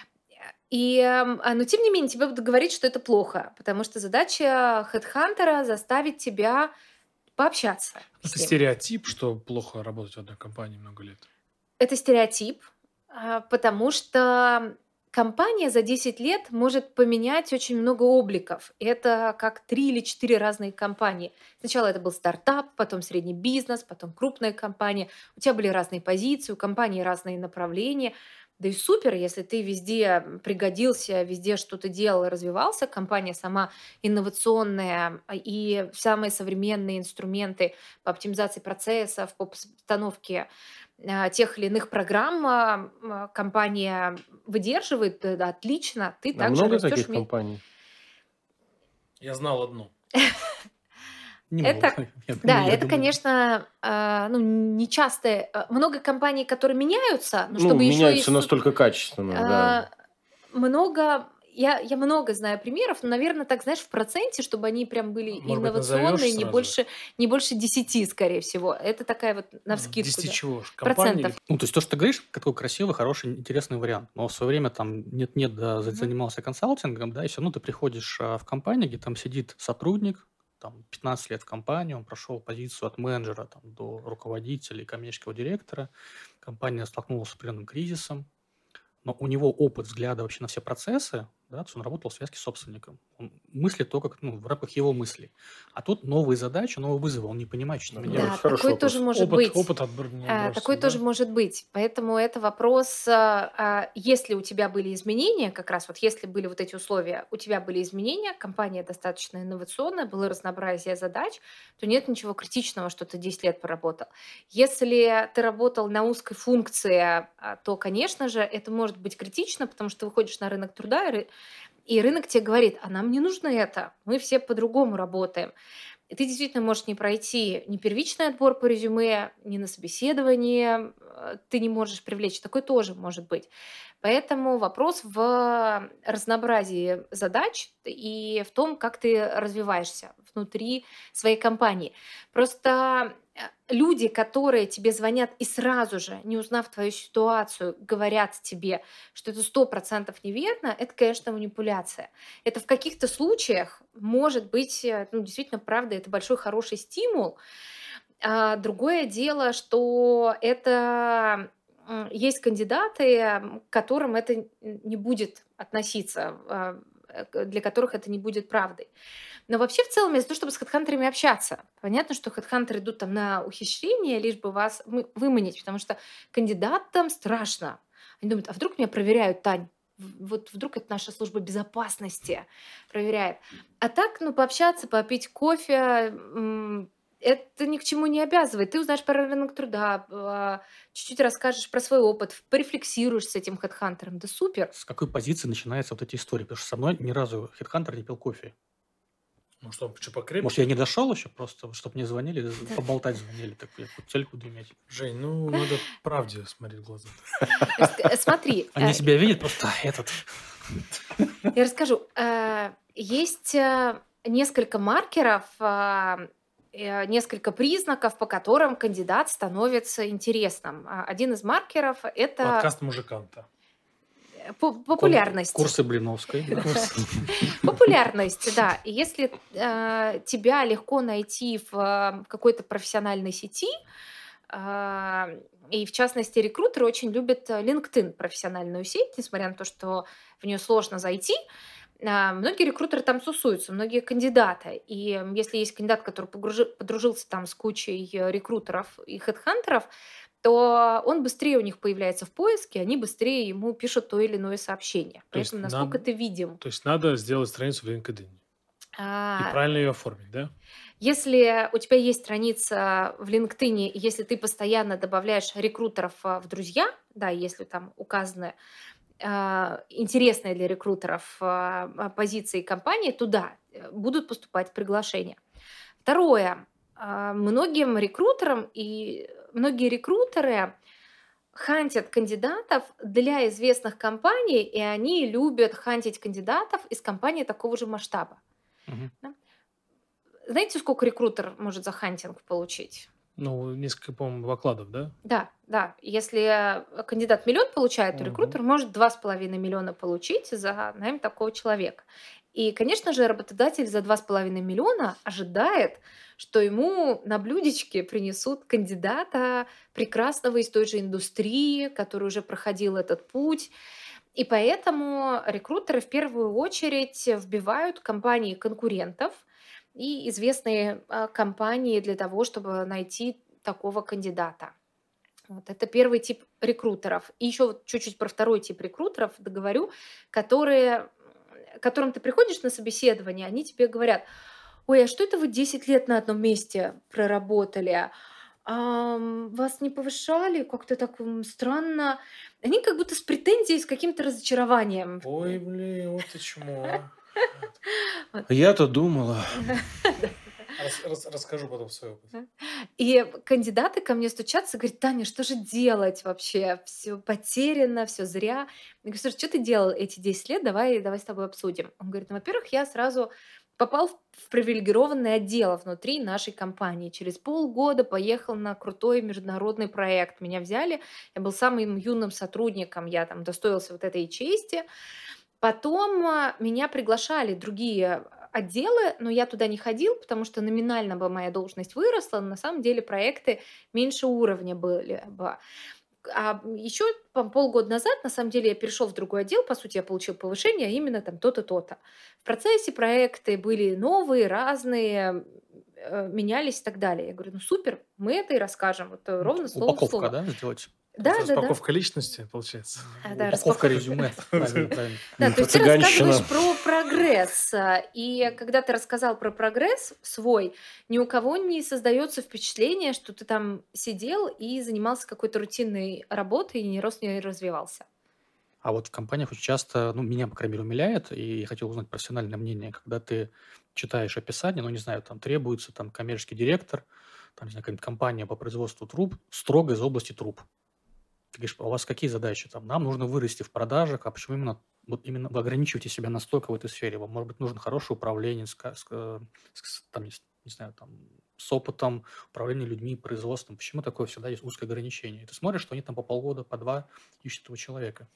И, эм, а, но тем не менее, тебе будут говорить, что это плохо, потому что задача хедхантера заставить тебя пообщаться с Это ним. стереотип, что плохо работать в одной компании много лет. Это стереотип, а, потому что компания за десять лет может поменять очень много обликов. Это как три или четыре разные компании. Сначала это был стартап, потом средний бизнес, потом крупная компания. У тебя были разные позиции, у компании разные направления. Да и супер, если ты везде пригодился, везде что-то делал и развивался, компания сама инновационная, а, и самые современные инструменты по оптимизации процессов, по постановке а, тех или иных программ а, м, компания выдерживает, э, да, отлично, ты А также много растешь. таких компаний? Я знал одну. Немного, Это, я да, думаю, я это, думаю. конечно, а, ну, нечасто. а, Много компаний, которые меняются, но Ну, чтобы еще и меняются су- настолько качественно, да. а, много, я, я много знаю примеров, но, наверное, так, знаешь, в проценте, чтобы они прям были Может быть, инновационные, назовешь не сразу их? больше, не больше десяти, скорее всего. Это такая вот навскидку, Десяти да, чего? ж, Компании процентов. или... Ну, то есть то, что ты говоришь, такой красивый, хороший, интересный вариант. Но в свое время там нет-нет, да, за- Мгм. занимался консалтингом, да, и все равно ты приходишь а, в компанию, где там сидит сотрудник, там пятнадцать лет в компании, он прошел позицию от менеджера там, до руководителя и коммерческого директора. Компания столкнулась с определенным кризисом, но у него опыт взгляда вообще на все процессы, да, то есть он работал в связке с собственником. Он мыслит то, как, ну, в рамках его мыслей. А тут новые задачи, новые вызовы, он не понимает, что с ними Ну, делать. Да, очень хороший такой тоже вопрос. может Опыт, быть. опыт отбр- не А, Такой отбросится, тоже да? может быть. Поэтому это вопрос, а, а, если у тебя были изменения, как раз вот если были вот эти условия, у тебя были изменения, компания достаточно инновационная, было разнообразие задач, то нет ничего критичного, что ты десять лет поработал. Если ты работал на узкой функции, а, то, конечно же, это может быть критично, потому что ты выходишь на рынок труда, и ры- и рынок тебе говорит, а нам не нужно это, мы все по-другому работаем. И ты действительно можешь не пройти ни первичный отбор по резюме, ни на собеседование э, ты не можешь привлечь. Такой тоже может быть. Поэтому вопрос в разнообразии задач и в том, как ты развиваешься внутри своей компании. Просто э, люди, которые тебе звонят и сразу же, не узнав твою ситуацию, говорят тебе, что это сто процентов неверно, это, конечно, манипуляция. Это в каких-то случаях может быть, э, ну, действительно, правда, это большой хороший стимул. А другое дело, что это м, есть кандидаты, м, к которым это н- не будет относиться, а, э, к- для которых это не будет правдой. Но вообще, в целом, я за то, чтобы с хедхантерами общаться. Понятно, что хедхантеры идут там на ухищрение, лишь бы вас мы- выманить, потому что кандидатам страшно. Они думают, а вдруг меня проверяют, Тань? В- Вот вдруг это наша служба безопасности проверяет. А так, ну, пообщаться, попить кофе, м, это ни к чему не обязывает. Ты узнаешь про рынок труда, а, чуть-чуть расскажешь про свой опыт, порефлексируешь с этим хедхантером. Да супер. С какой позиции начинаются вот эти истории? Потому что со мной ни разу хедхантер не пил кофе. Ну что, что Может, покрепче? я не дошел еще просто, чтобы мне звонили, Да. поболтать звонили, так я хоть цель буду иметь. Жень, ну надо правде смотреть в глаза. Ск- э, Смотри, Они э, тебя видят просто, а этот... я расскажу. Э, Есть э, несколько маркеров, а, э, несколько признаков, по которым кандидат становится интересным. А, Один из маркеров– это Подкаст мужиканта. э, по- Кон- популярность. Курсы Блиновской, да. Курс. Популярность, да. И если э, тебя легко найти в э, какой-то профессиональной сети, а, и в частности рекрутеры очень любят э, LinkedIn, профессиональную сеть, несмотря на то, что в нее сложно зайти. а, Многие рекрутеры там тусуются, многие кандидаты. И м, если есть кандидат, который погружи- подружился там с кучей э, рекрутеров и хедхантеров, то он быстрее у них появляется в поиске, они быстрее ему пишут то или иное сообщение. То есть Поэтому насколько надо, ты видим. то есть надо сделать страницу в LinkedIn и А, правильно ее оформить, да? Если у тебя есть страница в LinkedIn, и если ты постоянно добавляешь рекрутеров а, в друзья, да, если там указаны а, интересные для рекрутеров а, а, позиции компании, туда э, будут поступать приглашения. Второе. а, Многим рекрутерам и многие рекрутеры хантят кандидатов для известных компаний, и они любят хантить кандидатов из компаний такого же масштаба. Мгм. Да. Знаете, сколько рекрутер может за хантинг получить? Ну, несколько, по-моему, окладов, да? Да, да. Если э, кандидат миллион получает, то Мгм. рекрутер может два с половиной миллиона получить за найм такого человека. И, конечно же, работодатель за два с половиной миллиона ожидает, что ему на блюдечке принесут кандидата прекрасного из той же индустрии, который уже проходил этот путь. И поэтому рекрутеры в первую очередь вбивают компании конкурентов и известные а, компании для того, чтобы найти такого кандидата. Вот это первый тип рекрутеров. И еще вот чуть-чуть про второй тип рекрутеров договорю, которые, м, к которым ты приходишь на собеседование, они тебе говорят: ой, а что это вы десять лет на одном месте проработали? Ам, вас не повышали? Как-то так м, странно. Они как будто с претензией, с каким-то разочарованием. Ой, блин, вот ты чмо, а. Вот. Я-то думала. Рас- рас- расскажу потом свой опыт. И кандидаты ко мне стучатся, говорят: Таня, что же делать вообще? Все потеряно, все зря. Я говорю: слушай, что ты делал эти десять лет? Давай, давай с тобой обсудим. Он говорит: ну, во-первых, я сразу попал в в привилегированный отдел внутри нашей компании. Через полгода поехал на крутой международный проект. Меня взяли, я был самым юным сотрудником, я там достоился вот этой чести. Потом а, меня приглашали другие отделы, но я туда не ходил, потому что номинально бы моя должность выросла, но на самом деле проекты меньше уровня были бы. А еще полгода назад, на самом деле, я перешел в другой отдел, по сути, я получил повышение, а именно там то-то, то-то. В процессе проекты были новые, разные, э, менялись и так далее. Я говорю: ну супер, мы это и расскажем, вот э, ровно слово в Упаковка, слово. да, сделать? Да, да, да. Распаковка личности, получается. А, да, Упаковка распаковка. резюме. Правильно, правильно. Да, то есть ты Инфо-цыганщина. рассказываешь про прогресс. а, И когда ты рассказал про прогресс свой, ни у кого не создается впечатление, что ты там сидел и занимался какой-то рутинной работой и не рос, не развивался. А вот в компаниях очень часто, ну, меня, по крайней мере, умиляет, и я хотел узнать профессиональное мнение, когда ты читаешь описание, ну, не знаю, там требуется там коммерческий директор, там, не знаю, какая-нибудь компания по производству труб, строго из области труб. Ты говоришь: а у вас какие задачи там? Нам нужно вырасти в продажах, а почему именно вот именно вы ограничиваете себя настолько в этой сфере? Вам, может быть, нужен хороший управленец, ска- ска- с- там, не, с- не знаю, там, с опытом управления людьми, производством. Почему такое всегда есть узкое ограничение? И ты смотришь, что они там по полгода, по два ищут этого человека.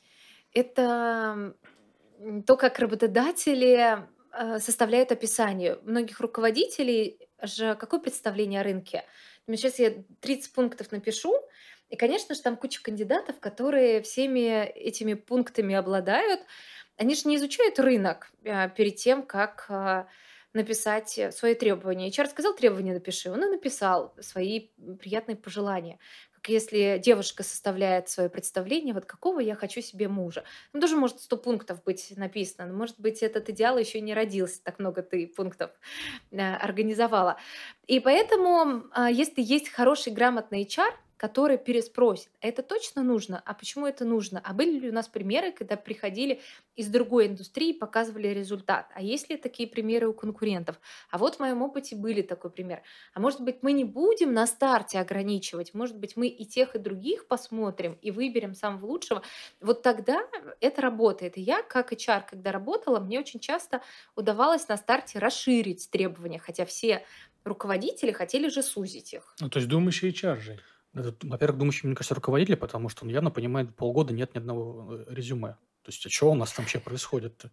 Это м, то, как работодатели э, составляют описание. У многих руководителей же какое представление о рынке? Сейчас я тридцать пунктов напишу, и, конечно же, там куча кандидатов, которые всеми этими пунктами обладают. Они же не изучают рынок э, перед тем, как э, написать э, свои требования. эйч ар сказал: требования напиши, он и написал свои м, приятные пожелания. Как если девушка составляет свое представление, вот какого я хочу себе мужа. Ну, тоже может сто пунктов быть написано, но, может быть, этот идеал еще не родился, так много ты пунктов э, организовала. И поэтому, а, если есть хороший, грамотный эйч ар, который переспросит: «А это точно нужно? А почему это нужно? А были ли у нас примеры, когда приходили из другой индустрии и показывали результат? А есть ли такие примеры у конкурентов? А вот в моем опыте были такой пример. А может быть, мы не будем на старте ограничивать, может быть, мы и тех, и других посмотрим и выберем самого лучшего». Вот тогда это работает. И я, как эйч ар, когда работала, мне очень часто удавалось на старте расширить требования, хотя все руководители хотели же сузить их. Ну, то есть думающий эйч ар, Жень. Это, во-первых, думающий, мне кажется, руководитель, потому что он явно понимает, полгода нет ни одного э, резюме. То есть, а что у нас там вообще происходит-то?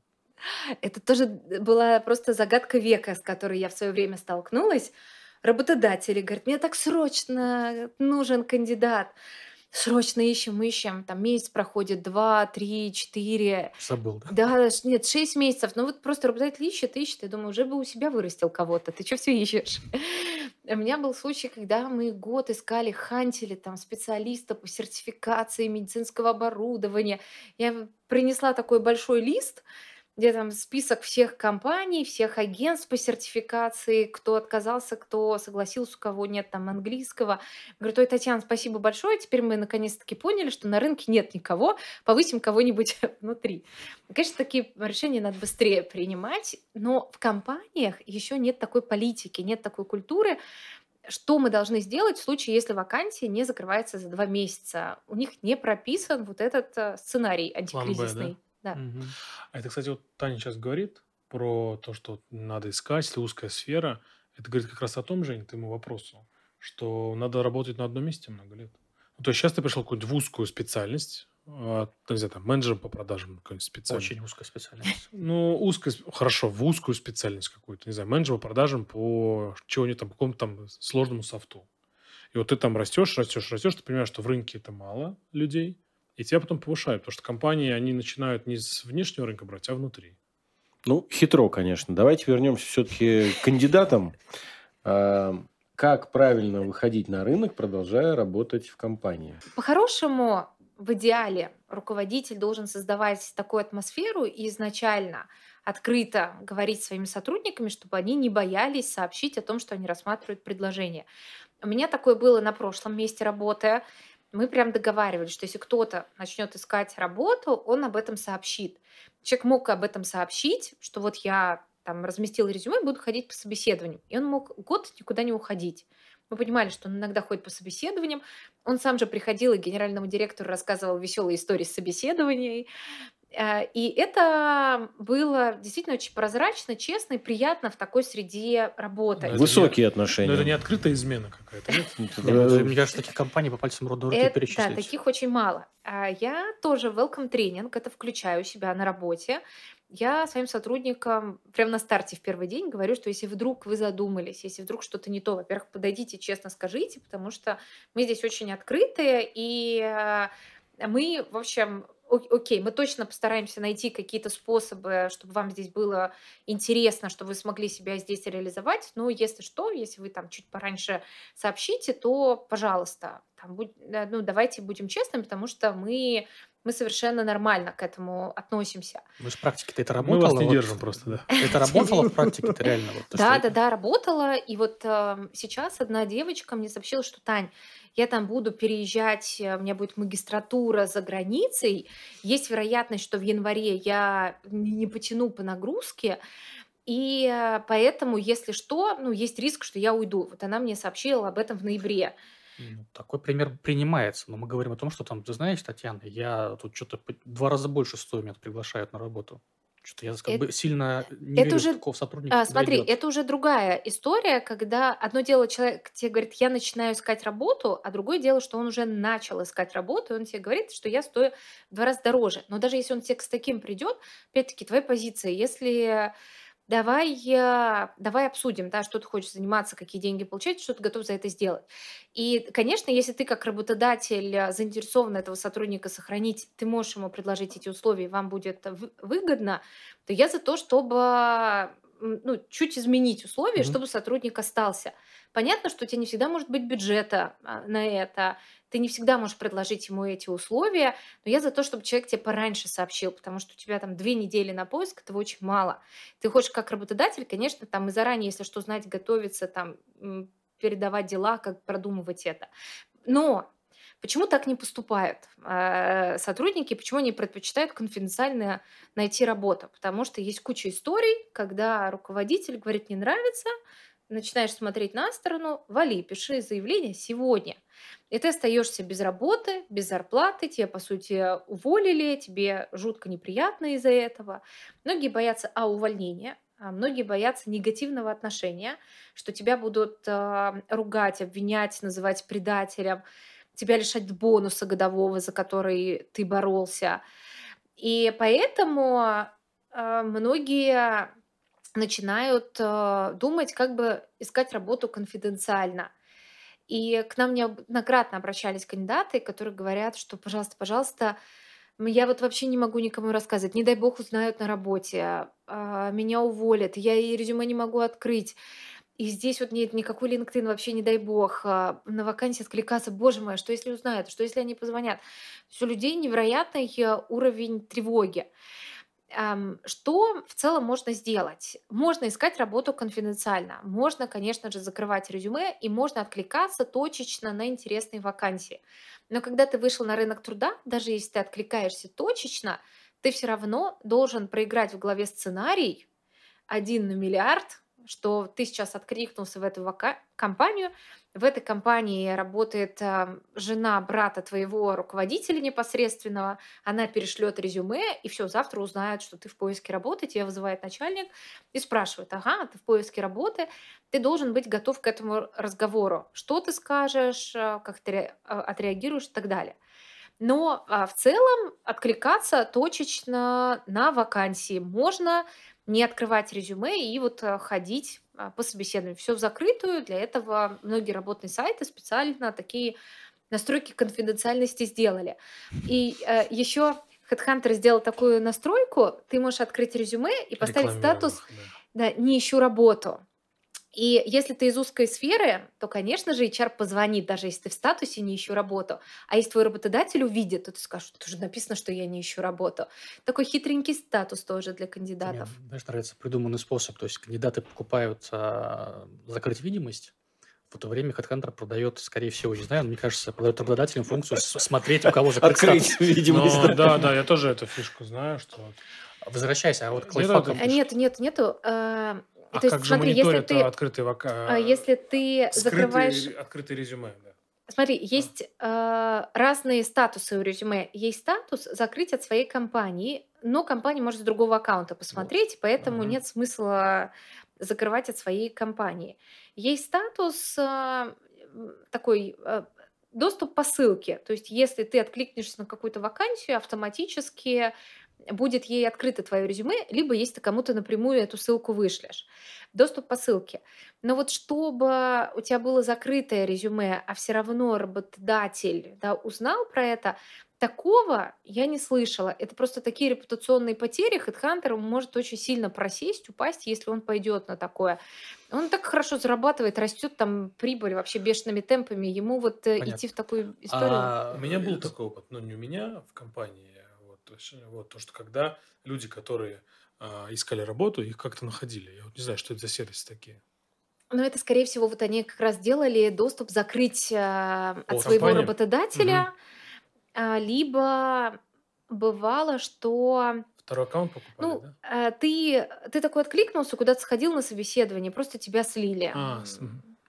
Это тоже была просто загадка века, с которой я в свое время столкнулась. Работодатели говорят: мне так срочно нужен кандидат. Срочно ищем, ищем. Там месяц проходит, два, три, четыре. Забыл, да? Да, ш- нет, шесть месяцев. Ну вот просто работодатель ищет, ищет. Я думаю, уже бы у себя вырастил кого-то. Ты что все ищешь? У меня был случай, когда мы год искали, хантили там специалиста по сертификации медицинского оборудования. Я принесла такой большой лист, где там список всех компаний, всех агентств по сертификации, кто отказался, кто согласился, у кого нет там английского. Говорю: ой, Татьяна, спасибо большое, теперь мы наконец-таки поняли, что на рынке нет никого, повысим кого-нибудь внутри. Конечно, такие решения надо быстрее принимать, но в компаниях еще нет такой политики, нет такой культуры, что мы должны сделать в случае, если вакансия не закрывается за два месяца. У них не прописан вот этот э, сценарий План Б, да? антикризисный. Да. Мгм. А это, кстати, вот Таня сейчас говорит про то, что вот надо искать, если узкая сфера. Это говорит как раз о том, Жень, твоему вопросу, что надо работать на одном месте много лет. Ну, то есть сейчас ты пришел в какую-нибудь в узкую специальность, а, не знаю, там, менеджером по продажам какую-нибудь специальность. Очень узкая специальность. Ну, узкая, сп- хорошо, в узкую специальность какую-то, не знаю, менеджер по продажам по чего-нибудь там, какому-то там сложному софту. И вот ты там растешь, растешь, растешь, ты понимаешь, что в рынке это мало людей, и тебя потом повышают, потому что компании, они начинают не с внешнего рынка брать, а внутри. Ну, хитро, конечно. Давайте вернемся все-таки к кандидатам. А, Как правильно выходить на рынок, продолжая работать в компании? По-хорошему, в идеале руководитель должен создавать такую атмосферу и изначально открыто говорить своими сотрудниками, чтобы они не боялись сообщить о том, что они рассматривают предложение. У меня такое было на прошлом месте работы. Мы прям договаривались, что если кто-то начнет искать работу, он об этом сообщит. Человек мог об этом сообщить, что вот я там разместил резюме, буду ходить по собеседованию. И он мог год никуда не уходить. Мы понимали, что он иногда ходит по собеседованиям. Он сам же приходил и генеральному директору рассказывал веселые истории с собеседований. Э, И это было действительно очень прозрачно, честно и приятно в такой среде Но работать. это не, Высокие но это не отношения. открытая измена какая-то, нет? Нет, ну, мне кажется, таких компаний по пальцам руки Э, да, перечислить. таких очень мало. А Я тоже welcome тренинг, это включаю у себя на работе. Я своим сотрудникам прямо на старте в первый день говорю, что если вдруг вы задумались, если вдруг что-то не то, во-первых, подойдите, честно скажите, потому что мы здесь очень открытые, и э, мы, в общем, о- окей, мы точно постараемся найти какие-то способы, чтобы вам здесь было интересно, чтобы вы смогли себя здесь реализовать. Но если что, если вы там чуть пораньше сообщите, то, пожалуйста, там, будь- э, ну, давайте будем честными, потому что мы, мы совершенно нормально к этому относимся. Ну, из практики-то это Мы вас работало. не Вот, держим просто, да. это работало в практике-то реально? Вот, то, Да, что да, да, работала. И вот эм, сейчас одна девочка мне сообщила, что Тань, я там буду переезжать, э, у меня будет магистратура за границей. Есть вероятность, что в январе я не не потяну по нагрузке. И э, поэтому, если что, ну, есть риск, что я уйду. Вот она мне сообщила об этом в ноябре. ну, такой пример принимается. Но мы говорим о том, что там, ты знаешь, Татьяна, я тут что-то два раза больше стою, меня приглашают на работу. Что-то я как Эт- бы сильно не Это верю, что уже, такого сотрудника а, смотри, подойдет. это уже другая история, когда одно дело человек тебе говорит, я начинаю искать работу, а другое дело, что он уже начал искать работу, и он тебе говорит, что я стою в два раза дороже. Но даже если он тебе с таким придет, опять-таки, твоя позиция, если давай, я- давай обсудим, да, что ты хочешь заниматься, какие деньги получать, что ты готов за это сделать. И, конечно, если ты как работодатель э, заинтересован этого сотрудника сохранить, ты можешь ему предложить эти условия, и вам будет вы- выгодно, то я за то, чтобы м, ну, чуть изменить условия, Мгм. чтобы сотрудник остался. Понятно, что у тебя не всегда может быть бюджета а, на это, ты не всегда можешь предложить ему эти условия, но я за то, чтобы человек тебе пораньше сообщил, потому что у тебя там две недели на поиск, этого очень мало. Ты хочешь как работодатель, конечно, там и заранее, если что, знать, готовиться, там, м, передавать дела, как продумывать это. Но Почему так не поступают э, сотрудники, почему они предпочитают конфиденциально найти работу? Потому что есть куча историй, когда руководитель говорит, не нравится, начинаешь смотреть на сторону, вали, пиши заявление сегодня. И ты остаешься без работы, без зарплаты, тебя, по сути, уволили, тебе жутко неприятно из-за этого. Многие боятся, а, увольнения, а многие боятся негативного отношения, что тебя будут э, ругать, обвинять, называть предателем, тебя лишать бонуса годового, за который ты боролся. И поэтому э, многие начинают э, думать, как бы искать работу конфиденциально. И к нам неоднократно обращались кандидаты, которые говорят, что, пожалуйста, пожалуйста, м, я вот вообще не могу никому рассказывать. Не дай бог узнают на работе, а, меня уволят, я и резюме не могу открыть. И здесь вот нет никакой LinkedIn, вообще не дай бог, а, на вакансии откликаться. Боже мой, а что если узнают, что если они позвонят? То есть у людей невероятный э, уровень тревоги. Ам, Что в целом можно сделать? Можно искать работу конфиденциально, можно, конечно же, закрывать резюме и можно откликаться точечно на интересные вакансии. Но когда ты вышел на рынок труда, даже если ты откликаешься точечно, ты все равно должен проиграть в голове сценарий один на миллиард, что ты сейчас откликнулся в эту вака- компанию. В этой компании работает а, жена брата твоего руководителя непосредственного. Она перешлет резюме, и все, завтра узнают, что ты в поиске работы. Тебя вызывает начальник и спрашивает, ага, ты в поиске работы. Ты должен быть готов к этому разговору. Что ты скажешь, а, как ты ре- а, отреагируешь и так далее. Но а, в целом откликаться точечно на вакансии можно, не открывать резюме и вот а, ходить а, по собеседованию. Все в закрытую. Для этого многие работные сайты специально такие настройки конфиденциальности сделали. И еще HeadHunter сделал такую настройку. Ты можешь открыть резюме и поставить статус Рекламировал, да. да, «Не ищу работу». И если ты из узкой сферы, то, конечно же, эйч ар позвонит, даже если ты в статусе «не ищу работу». А если твой работодатель увидит, то ты скажешь, тут же написано, что я не ищу работу. Такой хитренький статус тоже для Это мне, кандидатов. знаешь, нравится придуманный способ. То есть кандидаты покупают а, закрыть видимость, в это время HeadHunter продает, скорее всего, не знаю, мне кажется, продает работодателям функцию с- смотреть, у кого закрыт Открыть статус. видимость. Ну, да, да, я тоже эту фишку знаю, что вот. Возвращайся, а вот к Нет лайфхакам. этой А, Нет, фишки. нет, нету. А, А То есть как же смотри, если мониторят а, ты, открытые а, вака... если ты закрываешь... скрытые, открытые резюме, да. Смотри, А. есть э, разные статусы у резюме. Есть статус закрыть от своей компании, но компания может с другого аккаунта посмотреть, поэтому Мгм. нет смысла закрывать от своей компании. Есть статус э, м, такой э, доступ по ссылке. То есть если ты откликнешься на какую-то вакансию, автоматически будет ей открыто твое резюме, либо если ты кому-то напрямую эту ссылку вышлешь. Доступ по ссылке. Но вот чтобы у тебя было закрытое резюме, а все равно работодатель, да, узнал про это, такого я не слышала. Это просто такие репутационные потери. HeadHunter может очень сильно просесть, упасть, если он пойдет на такое. Он так хорошо зарабатывает, растет там прибыль вообще бешеными темпами. Ему вот э, Понятно. идти в такую историю... А, У меня был э, такой опыт, но не у меня в компании. Вот, то есть, вот, то, что когда люди, которые а, искали работу, их как-то находили. Я вот не знаю, что это за сервисы такие. Но это, скорее всего, вот они как раз делали доступ закрыть а, от От своего Компания? работодателя, а, либо бывало, что Второй аккаунт покупали, ну, да? а, ты, ты такой откликнулся, куда-то сходил на собеседование, просто тебя слили. А, с- мгм. М,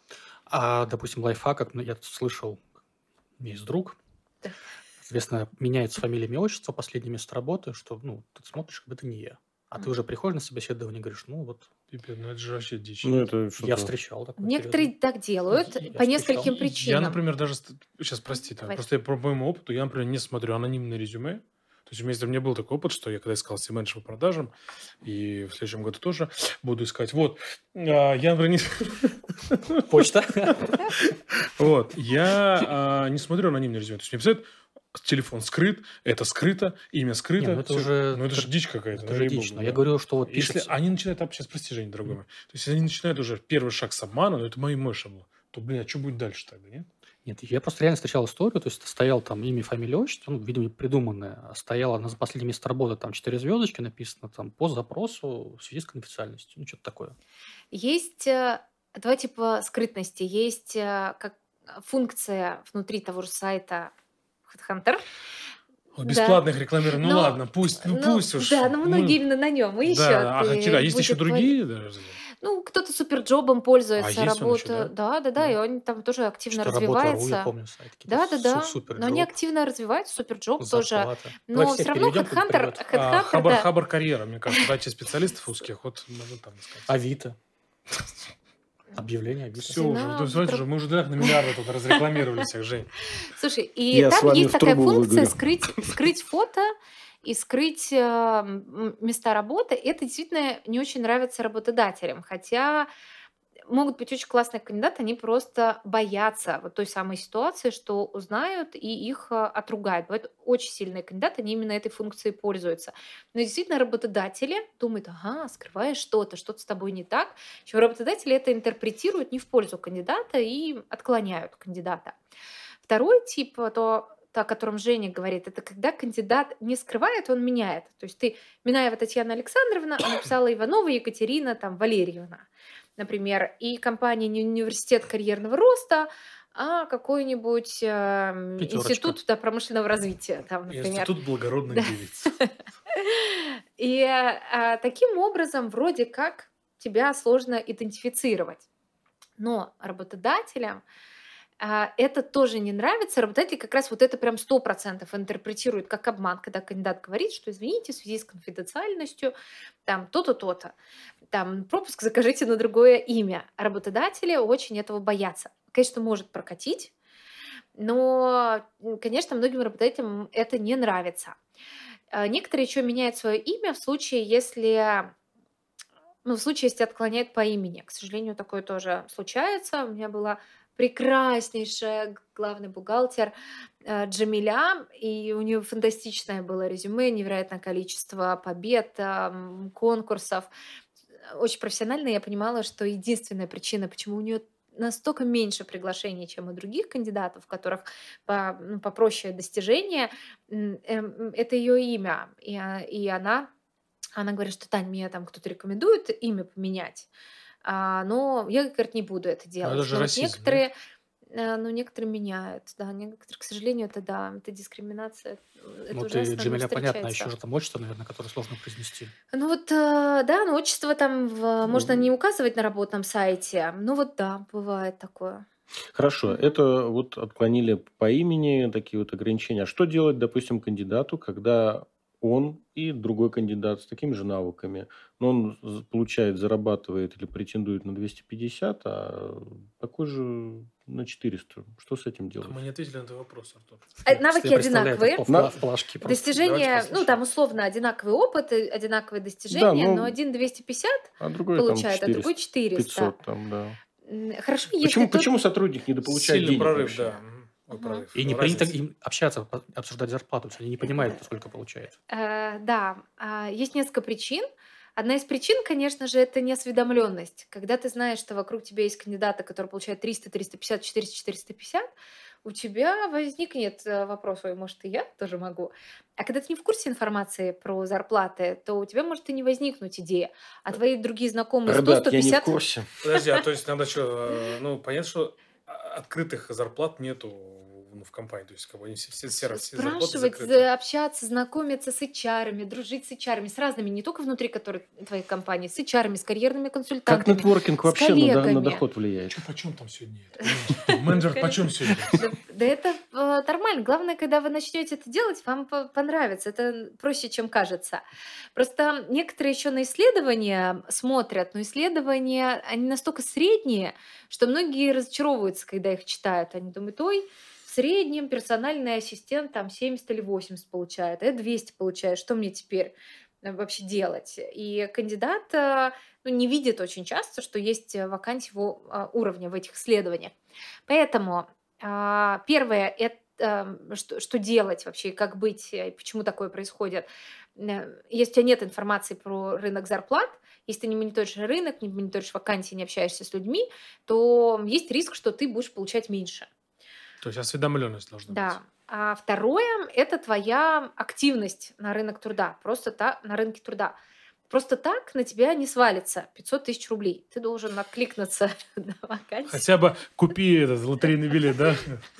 а, допустим, лайфхак, как ну, я тут слышал, у меня есть друг, да. соответственно, меняется фамилия, имя, отчество, последнее место работы, что, ну, ты смотришь, как бы это не я. А ты М. уже приходишь на собеседование и говоришь, ну, вот, Пипец, ну это же вообще дичь. Ну, это я что-то... встречал такое, Некоторые серьезно. так делают Я по встречал. нескольким Я, причинам. например, даже... ст- Сейчас, прости, да, Давай. просто я по моему опыту, я, например, не смотрю анонимное резюме. То есть у меня, если у меня был такой опыт, что я когда искал себе менеджер по продажам, и в следующем году тоже буду искать. Вот, а, я, например, не... Почта. Вот, я а, не смотрю анонимное резюме. То есть мне писают, телефон скрыт, это скрыто, имя Не, скрыто. ну это всё. уже... Ну это же дичь какая-то, Это ну же ей-богу, дичь. Но я да. говорю, что вот Если пишется... они начинают, об- сейчас, прости, Жень, дорогой мой, то есть если они начинают уже первый шаг с обмана, ну это мой мой шаблон, то, блин, а что будет дальше тогда, нет? Нет, я просто реально встречал историю, то есть стоял там имя, фамилия, отчество, ну, видимо, придуманное, а стояло на последнее место работы, там, четыре звездочки написано, там, по запросу в связи с конфиденциальностью, ну, что-то такое. Есть э, два типа скрытности. Есть э, как функция внутри того же сайта HeadHunter. О, Да. Бесплатных рекламируем. Ну Но, ладно, пусть, ну ну, пусть уж. да, ну многие Мы... именно на нем Да, ищут, а хотя, и а есть еще будет пон- другие даже? Ну, кто-то суперджобом А пользуется, есть он еще, работа, да? да, да, да, и Да. он там тоже активно Что работа.ру, я развивается. помню, сайт какие-то Да, да, су- да, супер но они джоб, активно развиваются, суперджоб тоже. зарплата. Давай Но всех все равно переведем, кто-нибудь HeadHunter, придет. А, HeadHunter, Хабар, да. Хабар карьера, мне кажется, дайте специалистов узких, вот можно там искать. Авито. Объявление Авито. Все уже, Цена да, смотрите вдруг- же, мы уже так на миллиарды тут разрекламировали всех, Жень. Слушай, и Я с там вами есть в такая трубу функция выговорю. скрыть, скрыть фото и скрыть э, м, места работы. Это действительно не очень нравится работодателям, хотя могут быть очень классные кандидаты, они просто боятся вот той самой ситуации, что узнают и их э, отругают. Бывают очень сильные кандидаты, они именно этой функцией пользуются. Но действительно работодатели думают, ага, скрываешь что-то, что-то с тобой не так. Еще работодатели это интерпретируют не в пользу кандидата и отклоняют кандидата. Второй тип, э, то, то, о котором Женя говорит, это когда кандидат не скрывает, он меняет. То есть ты Минаева Татьяна Александровна, а написала Иванова Екатерина там, Валерьевна, например, и компания не университет карьерного роста, а какой-нибудь э, Пятерочка. институт да, промышленного развития, там, например. Институт благородных Да. девиц. И э, таким образом вроде как тебя сложно идентифицировать. Но работодателям а, это тоже не нравится. Работодатель как раз вот это прям сто процентов интерпретирует как обман, когда кандидат говорит, что извините, в связи с конфиденциальностью, там то-то, то-то, там пропуск закажите на другое имя. Работодатели очень этого боятся. Конечно, может прокатить, но, м, конечно, многим работодателям это не нравится. А, Некоторые еще меняют свое имя в случае, если ну, в случае, если отклоняют по имени. К сожалению, такое тоже случается. У меня была прекраснейшая г- главный бухгалтер э, Джамиля, и у нее фантастичное было резюме, невероятное количество побед, ам, конкурсов. Очень профессионально я понимала, что единственная причина, почему у нее настолько меньше приглашений, чем у других кандидатов, у которых по, ну, попроще достижения, м, эм, это ее имя. И, а, и она она говорит, что Тань, мне там кто-то рекомендует имя поменять, а, но я, говорит, не буду это А это делать. же Но вот расизм, нет? некоторые, э, ну, некоторые меняют, да, некоторые, к сожалению, это да, это дискриминация, э, это Ну, ты ужасно, но Джамиля, понятно, а еще встречается. же там отчество, наверное, которое сложно произнести. Ну вот, э, да, но отчество там в- можно не Ну, указывать на работном сайте. Ну вот да, бывает такое. Хорошо, Мгм. это вот отклонили по имени такие вот ограничения. А что делать, допустим, кандидату, когда он и другой кандидат с такими же навыками, но он з- получает, зарабатывает или претендует на двести пятьдесят, а такой же на четыреста? Что с этим А делать? мы не ответили на твой вопрос, Артур. Э, Я Навыки представляю, это одинаковые, в, На... пла- в плашке просто. Давайте достижения, ну послушаем. там условно одинаковый опыт, и одинаковые Да, достижения, но ну, один двести пятьдесят а другой там получает, а другой четыреста, четыреста. пятьсот там, да. М, Хорошо, если Почему, тот... почему сотрудник недополучает Сильный денег прорыв, вообще? да. Мгм. Ой, Мгм. прорыв. И не принято Разница. им общаться, по- обсуждать зарплату, то есть они не понимают, сколько получает. Э, Да, а, есть несколько причин. Одна из причин, конечно же, это неосведомленность. Когда ты знаешь, что вокруг тебя есть кандидаты, которые получают триста, триста пятьдесят, четыреста, четыреста пятьдесят, у тебя возникнет э, вопрос, ой, может, и я тоже могу. А когда ты не в курсе информации про зарплаты, то у тебя может и не возникнуть идея. А твои другие знакомые сто, Ребят, сто я не в пятьдесят... курсе. Подожди, а то есть надо что, ну, понятно, что а- открытых зарплат нету ну, в компании, то есть как бы они все, все, все, все зарплаты Спрашивать, закрыты. за- общаться, знакомиться с эйч ар, дружить с эйч ар, с разными, не только внутри которой, твоей компании, с эйч ар, с карьерными Как консультантами, нетворкинг с вообще на, до- на коллегами. доход влияет? Че, почем там сегодня это? понимаешь? Менеджер почем сегодня? Да, да это э, нормально. Главное, когда вы начнете это делать, вам по- понравится. Это проще, чем кажется. Просто некоторые еще на исследования смотрят, но исследования, они настолько средние, что многие разочаровываются, когда их читают. Они думают, ой, в среднем персональный ассистент там семьдесят или восемьдесят получает, а я двести получаю, что мне теперь э, вообще делать? И кандидат э, ну, не видит очень часто, что есть э, вакансии его а, уровня в этих исследованиях. Поэтому а, первое, это м, что, что делать вообще, и как быть, э, и почему такое происходит. Э, Если у тебя нет информации про рынок зарплат, если ты не мониторишь рынок, не мониторишь вакансии, не общаешься с людьми, то есть риск, что ты будешь получать меньше. То есть осведомленность должна быть. Да. А второе– это твоя активность на рынок труда, просто та, на рынке труда. просто так на тебя не свалится пятьсот тысяч рублей. Ты должен откликнуться на вакансию. Хотя бы купи этот лотерейный билет, да?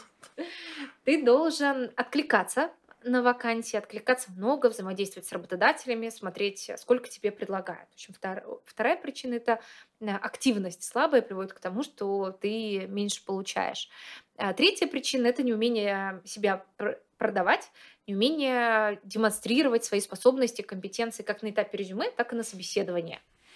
Ты должен откликаться на вакансии, откликаться много, взаимодействовать с работодателями, смотреть, сколько тебе предлагают. В общем, втор- вторая причина– это э, активность слабая приводит к тому, что ты меньше получаешь. А третья причина– это неумение себя пр- продавать, неумение демонстрировать свои способности, компетенции как на этапе резюме, так и на собеседовании.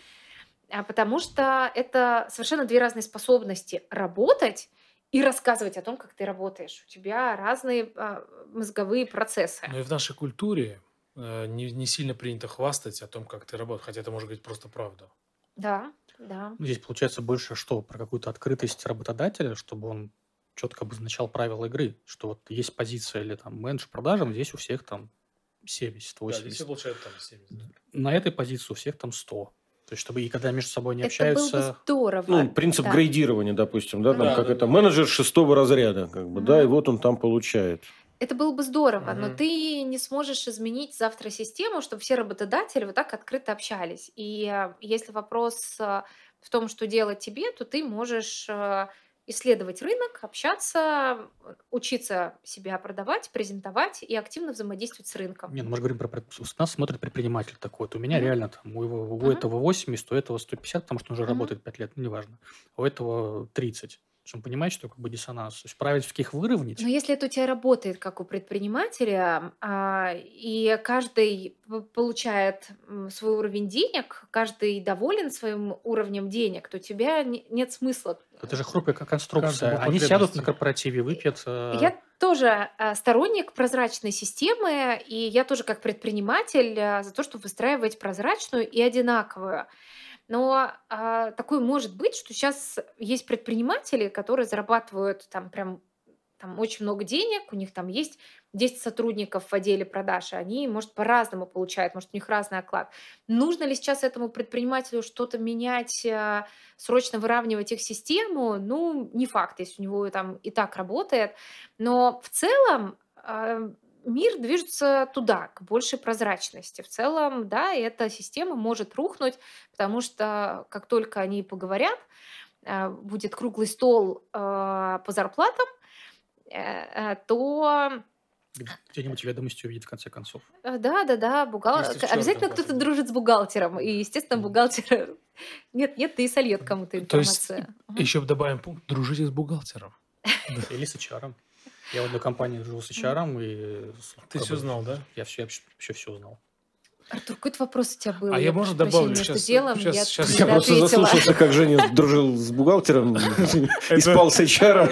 А Потому что это совершенно две разные способности работать и рассказывать о том, как ты работаешь. У тебя разные а, мозговые процессы. Но и в нашей культуре э, не, не сильно принято хвастать о том, как ты работаешь, хотя это может быть просто правда. Да, да. Ну, здесь получается больше что? Про какую-то открытость работодателя, чтобы он четко обозначал правила игры, что вот есть позиция или там менеджер продажам, здесь у всех там семьдесят, Да, здесь все восемьдесят. получают там семьдесят. Да. На этой позиции у всех там сто. То есть, чтобы и когда между собой не Это было бы общаются, здорово. Ну, принцип да. грейдирования, допустим, да, там Да, как да, это, да. менеджер шестого разряда, как бы, да, и Мгм. вот он там получает. Это было бы здорово, но Мгм. ты не сможешь изменить завтра систему, чтобы все работодатели вот так открыто общались. И э, если вопрос э, в том, что делать тебе, то ты можешь э, исследовать рынок, общаться, э, учиться себя продавать, презентовать и активно взаимодействовать с рынком. не, ну мы же говорим про... пред- У нас смотрит предприниматель такой. Вот у меня Мгм. реально там у, его, у Мгм. этого восемьдесят, у этого сто пятьдесят, потому что он уже Мгм. работает пять лет, ну, неважно. А у этого тридцать. То есть он понимает, что как бы диссонанс. То есть правильно их Но выровнять. если это у тебя работает как у предпринимателя, а, и каждый п- получает м, свой уровень денег, каждый доволен своим уровнем денег, то у тебя не- нет смысла. Это же хрупкая как конструкция. Каждому Они сядут на потребности. корпоративе, выпьют. э, Я тоже а, сторонник прозрачной системы, и я тоже как предприниматель а, за то, чтобы выстраивать прозрачную и одинаковую. Но а, такое может быть, что сейчас есть предприниматели, которые зарабатывают там прям там очень много денег, у них там есть десять сотрудников в отделе продаж, и они, может, по-разному получают, может, у них разный оклад. Нужно ли сейчас этому предпринимателю что-то менять, а, срочно выравнивать их систему? Ну, не факт, если у него там и так работает. Но в целом а, мир движется туда, к большей прозрачности. В целом, да, эта система может рухнуть, потому что как только они поговорят, а, будет круглый стол а, по зарплатам, э, э, то где- где-нибудь ведомости увидит в конце концов. э, да, да, да, бухгал- Вместе с к- чертом обязательно просто кто-то будет. дружит с бухгалтером, и, Да. естественно, Мгм. бухгалтер нет, нет, ты и сольет кому-то То есть информацию. Мгм. еще добавим пункт: дружите с бухгалтером. Или с эйч ар. Я в одной компании жил с эйч ар, и с- Ты как все бы знал, да? Я все, вообще все знал. Артур, какой-то вопрос у тебя был? А я, Я может, прошу прощения, добавлю между сейчас, делом сейчас, я сейчас. не Я просто доответила. заслушался, как Женя дружил с бухгалтером и спал с эйч ар.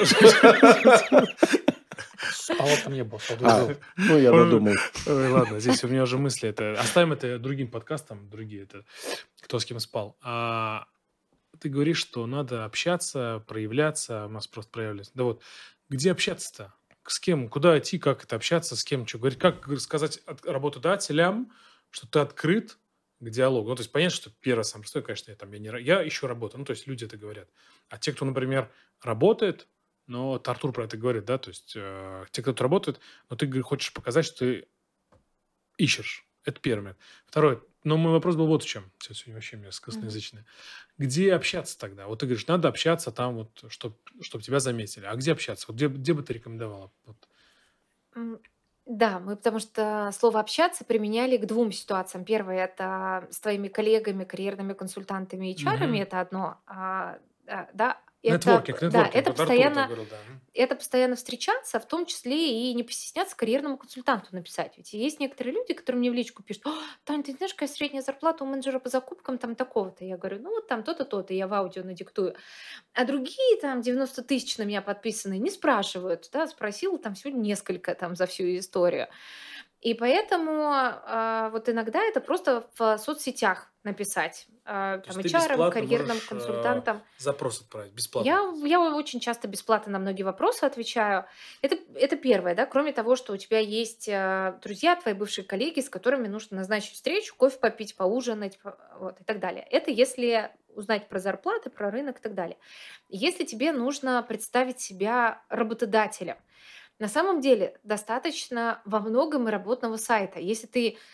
Спал там не был, спал А, дружил. ну, я Ой, додумал. ой, ладно, здесь у меня уже мысли. Это оставим это другим подкастам, другие это кто с кем спал. А ты говоришь, что надо общаться, проявляться. У нас просто проявлялись. Да вот, где общаться-то? С кем? Куда идти? Как это общаться? С кем? Что говорить? Как сказать от- работодателям, что ты открыт к диалогу? Ну, то есть понятно, что первое самое простое, конечно, я там я не ра- я ищу работу. Ну, то есть люди это говорят. А те, кто, например, работает, но вот Артур про это говорит, да, то есть э, те, кто тут работает, но ты говоришь, хочешь показать, что ты ищешь. Это первый момент. Второй. Но мой вопрос был вот в чем. Сейчас сегодня вообще у меня Мгм. косноязычное. Где общаться тогда? Вот ты говоришь, надо общаться там, вот, чтобы тебя заметили. А где общаться? Вот где, где бы ты рекомендовала? Вот. М, Да, мы потому что слово «общаться» применяли к двум ситуациям. Первое– это с твоими коллегами, карьерными консультантами, эйч ар, Мгм. это одно. А, а, да, это, Нетворкинг, да, нетворкинг. это Вот Артур так постоянно, говорил, да. Мгм. это постоянно встречаться, в том числе и не постесняться карьерному консультанту написать. Ведь есть некоторые люди, которые мне в личку пишут: «О, Тань, ты знаешь, какая средняя зарплата у менеджера по закупкам там такого-то?» Я говорю, ну вот там то-то, то-то, я в аудио надиктую. А другие там девяносто тысяч на меня подписанные не спрашивают, да, спросила там всего несколько там за всю историю. И поэтому а, вот иногда это просто в соцсетях написать а, То там есть ты эйч ар, бесплатно карьерным можешь э, консультантам. запрос отправить. Бесплатно. Я, я очень часто бесплатно на многие вопросы отвечаю. Это, это первое, да, кроме того, что у тебя есть э, друзья, твои бывшие коллеги, с которыми нужно назначить встречу, кофе попить, поужинать, по- вот, и так далее. Это если узнать про зарплаты, про рынок и так далее. Если тебе нужно представить себя работодателем, на самом деле достаточно во многом и работного сайта. Если ты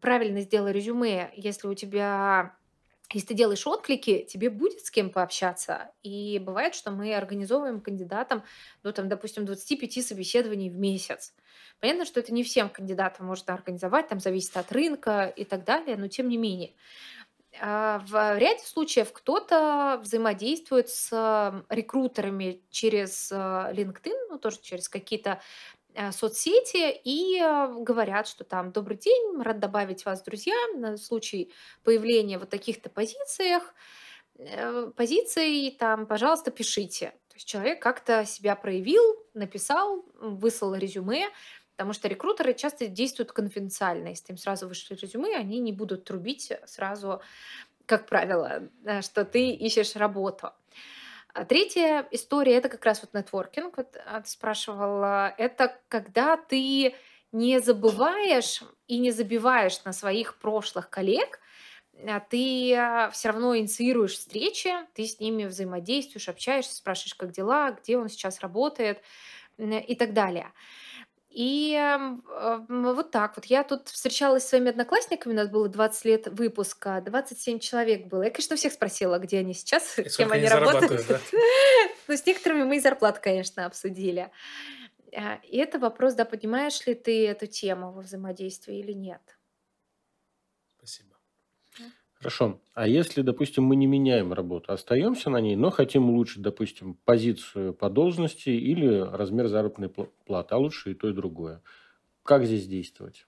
правильно сделал резюме, если у тебя, если ты делаешь отклики, тебе будет с кем пообщаться. И бывает, что мы организовываем кандидатам, ну, там, допустим, двадцать пять собеседований в месяц. Понятно, что это не всем кандидатам можно организовать, там зависит от рынка и так далее, но тем не менее. А, В ряде случаев кто-то взаимодействует с м, рекрутерами через а, LinkedIn, ну тоже через какие-то а, соцсети, и а, говорят, что там «Добрый день, рад добавить вас в друзья на случай появления вот таких-то позициях, э, позиций, там, пожалуйста, пишите». То есть человек как-то себя проявил, написал, м, выслал резюме, потому что рекрутеры часто действуют конфиденциально. Если им сразу вышли резюме, они не будут трубить сразу, как правило, э, что ты ищешь работу. А третья история — это как раз вот нетворкинг. Вот а, ты спрашивала. Это когда ты не забываешь и не забиваешь на своих прошлых коллег, а ты все равно инициируешь встречи, ты с ними взаимодействуешь, общаешься, спрашиваешь, как дела, где он сейчас работает, м, и так далее. И м, а, м, вот так вот. Я тут встречалась с своими одноклассниками, у нас было двадцать лет выпуска, двадцать семь человек было. Я, конечно, у всех спросила, где они сейчас, И кем сколько они они работают. зарабатывают, да? Но с некоторыми мы и зарплату, конечно, обсудили. А, И это вопрос, да, понимаешь ли ты эту тему во взаимодействии или нет. Спасибо. Хорошо. А если, допустим, мы не меняем работу, остаемся на ней, но хотим улучшить, допустим, позицию по должности или размер заработной пла- платы, а лучше и то, и другое. Как здесь действовать?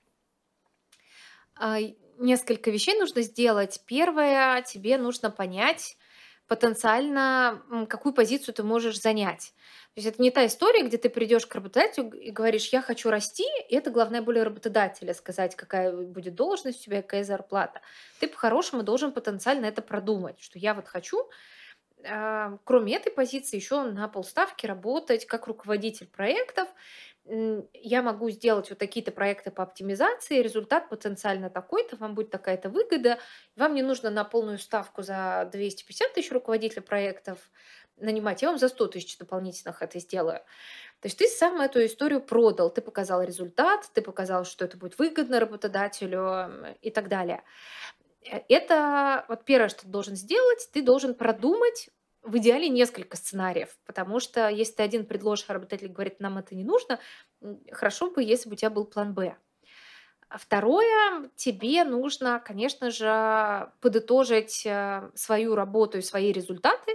А, и Несколько вещей нужно сделать. Первое, тебе нужно понять потенциально, м, какую позицию ты можешь занять. То есть это не та история, где ты придешь к работодателю г- и говоришь, я хочу расти, и это главная боль работодателя, сказать, какая будет должность у тебя, какая зарплата. Ты по-хорошему должен потенциально это продумать, что я вот хочу, а, кроме этой позиции, еще на полставки работать как руководитель проектов. М, Я могу сделать вот такие-то проекты по оптимизации, результат потенциально такой-то, вам будет такая-то выгода. Вам не нужно на полную ставку за двести пятьдесят тысяч руководителя проектов нанимать, я вам за сто тысяч дополнительных это сделаю. То есть ты сам эту историю продал, ты показал результат, ты показал, что это будет выгодно работодателю, м, и так далее. Э, Это вот первое, что ты должен сделать, ты должен продумать в идеале несколько сценариев, потому что если ты один предложишь, а работодатель говорит, нам это не нужно, м, хорошо бы, если бы у тебя был план Б. А второе, тебе нужно, конечно же, подытожить э, свою работу и свои результаты,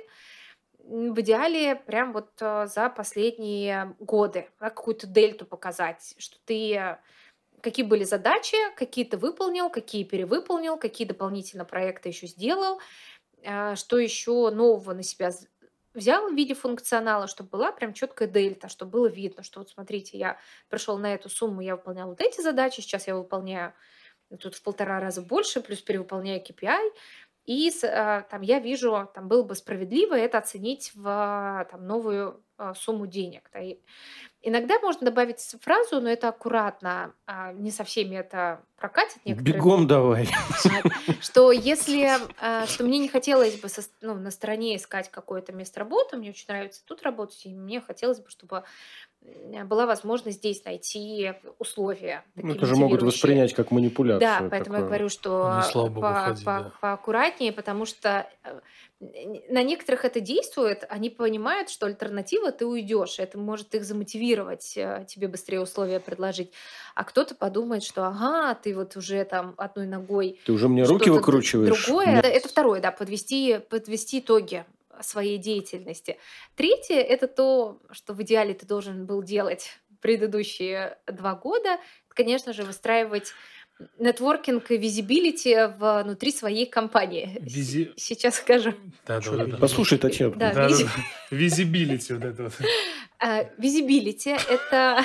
м, в идеале прям вот э, за последние годы, да, какую-то дельту показать, что ты э, какие были задачи, какие ты выполнил, какие перевыполнил, какие дополнительно проекты еще сделал, а, что еще нового на себя з- взял в виде функционала, чтобы была прям четкая дельта, чтобы было видно, что вот смотрите, я пришел на эту сумму, я выполнял вот эти задачи, сейчас я выполняю тут в полтора раза больше, плюс перевыполняю K P I, и с- а, там я вижу, там было бы справедливо это оценить в а, там, новую а, сумму денег. Да, и иногда можно добавить с- фразу, но это аккуратно, а, не со всеми это прокатит, некоторые Бегом могут давай. а, что если, а, что мне не хотелось бы со с ну, на стороне искать какое-то место работы, мне очень нравится тут работать, и мне хотелось бы, чтобы, м, была возможность здесь найти условия Ну, такие это же могут мотивирующие. воспринять как Да, манипуляцию поэтому я такое. говорю, Ну, и что слава богу, по ходи, по да. поаккуратнее, потому что, э, н на некоторых это действует, они понимают, что альтернатива — ты уйдешь, это может их замотивировать, э, тебе быстрее условия предложить. А кто-то подумает, что ага, ты вот уже там одной ногой Ты уже мне руки что-то д выкручиваешь? другое. Нет. Это это второе, да, подвести подвести итоги своей деятельности. Третье — это то, что в идеале ты должен был делать предыдущие два года. Это, конечно же, выстраивать нетворкинг и визибилити внутри своей компании. С Визи... сейчас скажу. Да, да, Чё вот это. видели? Послушай, Татьяна. Да, Да, да, визи да. Визибилити вот это вот. а, визибилити — это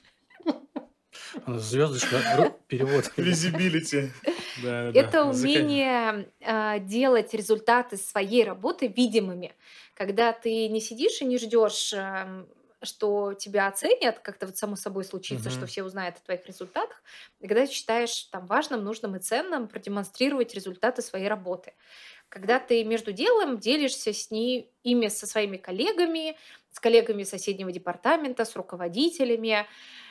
Она звездочка, ру- перевод. Визибилити. Да, да, это да. Закон- умение, а, делать результаты своей работы видимыми. Когда ты не сидишь и не ждешь, ам, что тебя оценят, как-то вот само собой случится, что Мгм. все узнают о твоих результатах. И когда ты считаешь там важным, нужным и ценным продемонстрировать результаты своей работы. Когда ты между делом делишься с ней ими со своими коллегами, с коллегами соседнего департамента, с руководителями.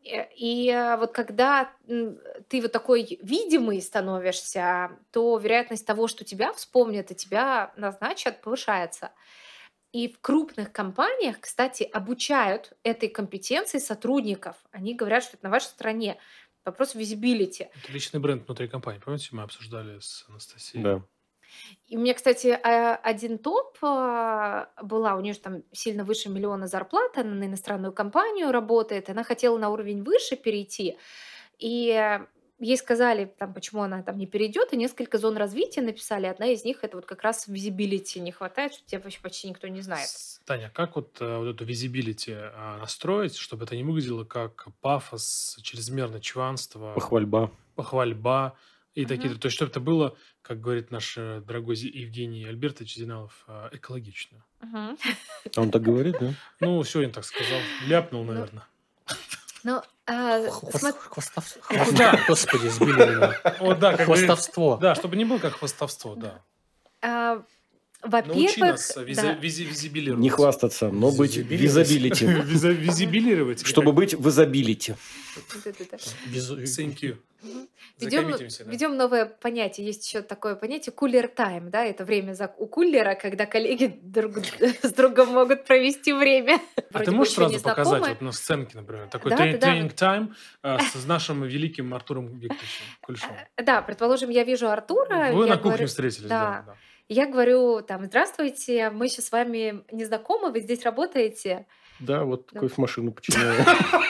Э, И э, вот когда м, ты вот такой видимый становишься, то вероятность того, что тебя вспомнят и тебя назначат, повышается. И в крупных компаниях, кстати, обучают этой компетенции сотрудников. Они говорят, что это на вашей стороне. Вопрос визибилити. Это личный бренд внутри компании. Помните, мы обсуждали с Анастасией? Да. И у меня, кстати, а, один топ а, была, у нее же там сильно выше миллиона зарплата, она на иностранную компанию работает, она хотела на уровень выше перейти, и э, ей сказали, там, почему она там не перейдет, и несколько зон развития написали. Одна из них это вот как раз visibility не хватает, что тебя вообще почти никто не знает. С- Таня, как вот, э, вот эту visibility а, настроить, чтобы это не выглядело как пафос, чрезмерное чванство, Похвальба. похвальба и такие. Мгм. То есть, чтобы это было, как говорит наш э, дорогой Зи- Евгений Альбертович Зиналов, э, экологично. Мгм. А он так говорит, да? Ну, сегодня так сказал. Ляпнул, Ну, наверное. ну, а, Хвост- смо- хвостов- Ну, хвост- да. Господи, сбили меня. Вот, да, как говорит- Хвостовство. Да, чтобы не было как хвостовство, да. а, Научи во-первых, нас да, визи- визи- визибилировать. Не хвастаться, но быть в Визибилити. визабилити. Виза- Визибилировать. или Чтобы как? быть в изобилити. да-да-да. Визу- Thank you. Мгм. Ведем, Закоммитимся, да. ведем новое понятие. Есть еще такое понятие кулер тайм, да, это время за, у кулера, когда коллеги друг с другом могут провести время. А Вроде ты бы можешь еще не сразу показать знакомы. вот на сценке, например, такой Да, трени- да, да. тренинг тайм э, с с нашим великим Артуром Викторовичем Кулешовым? Да, предположим, я вижу Артура, Вы я на кухне говорю, встретились, да. да, да. я говорю там, здравствуйте, мы еще с вами не знакомы, вы здесь работаете? Да, вот Да. кофемашину починаю.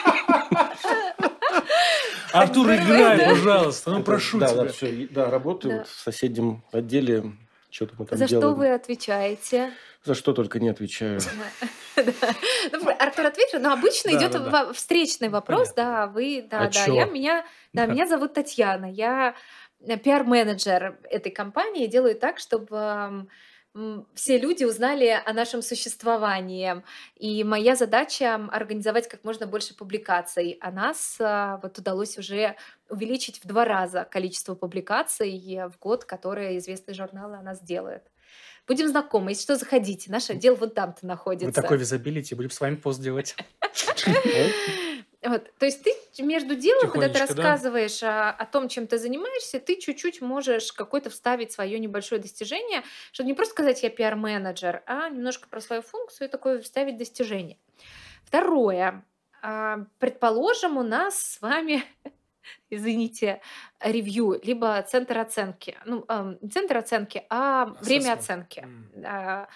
Артур, Здорово, играй, да. пожалуйста, ну Это- прошу да, тебя. Да, все, да, работаю Да. вот в соседнем отделе. Что-то мы там За что делаем. вы отвечаете? За что только не отвечаю. Да. Ну, Артур ответил, но обычно Да, идет да, да. во- встречный вопрос, Понятно, да, вы, да, А да, чё? я меня, да, Да. меня зовут Татьяна, я э, пиар-менеджер этой компании, делаю так, чтобы м, м, все люди узнали о нашем существовании, и моя задача м, организовать как можно больше публикаций. А нас а, вот удалось уже увеличить в два раза количество публикаций э, в год, которые известные журналы о нас делают. Будем знакомы, если что, заходите. Наш отдел вот там-то Вы находится. такой визабилити, будем с вами пост делать. Вот, то есть ты между делом, когда ты Тихонечко, да? рассказываешь о, о том, чем ты занимаешься, ты чуть-чуть можешь какое-то вставить свое небольшое достижение, чтобы не просто сказать «я пиар-менеджер», а немножко про свою функцию и такое вставить достижение. Второе. А, Предположим, у нас с вами, извините, ревью, либо центр оценки. Ну, ам, не центр оценки, а время Assessment. оценки. М. А,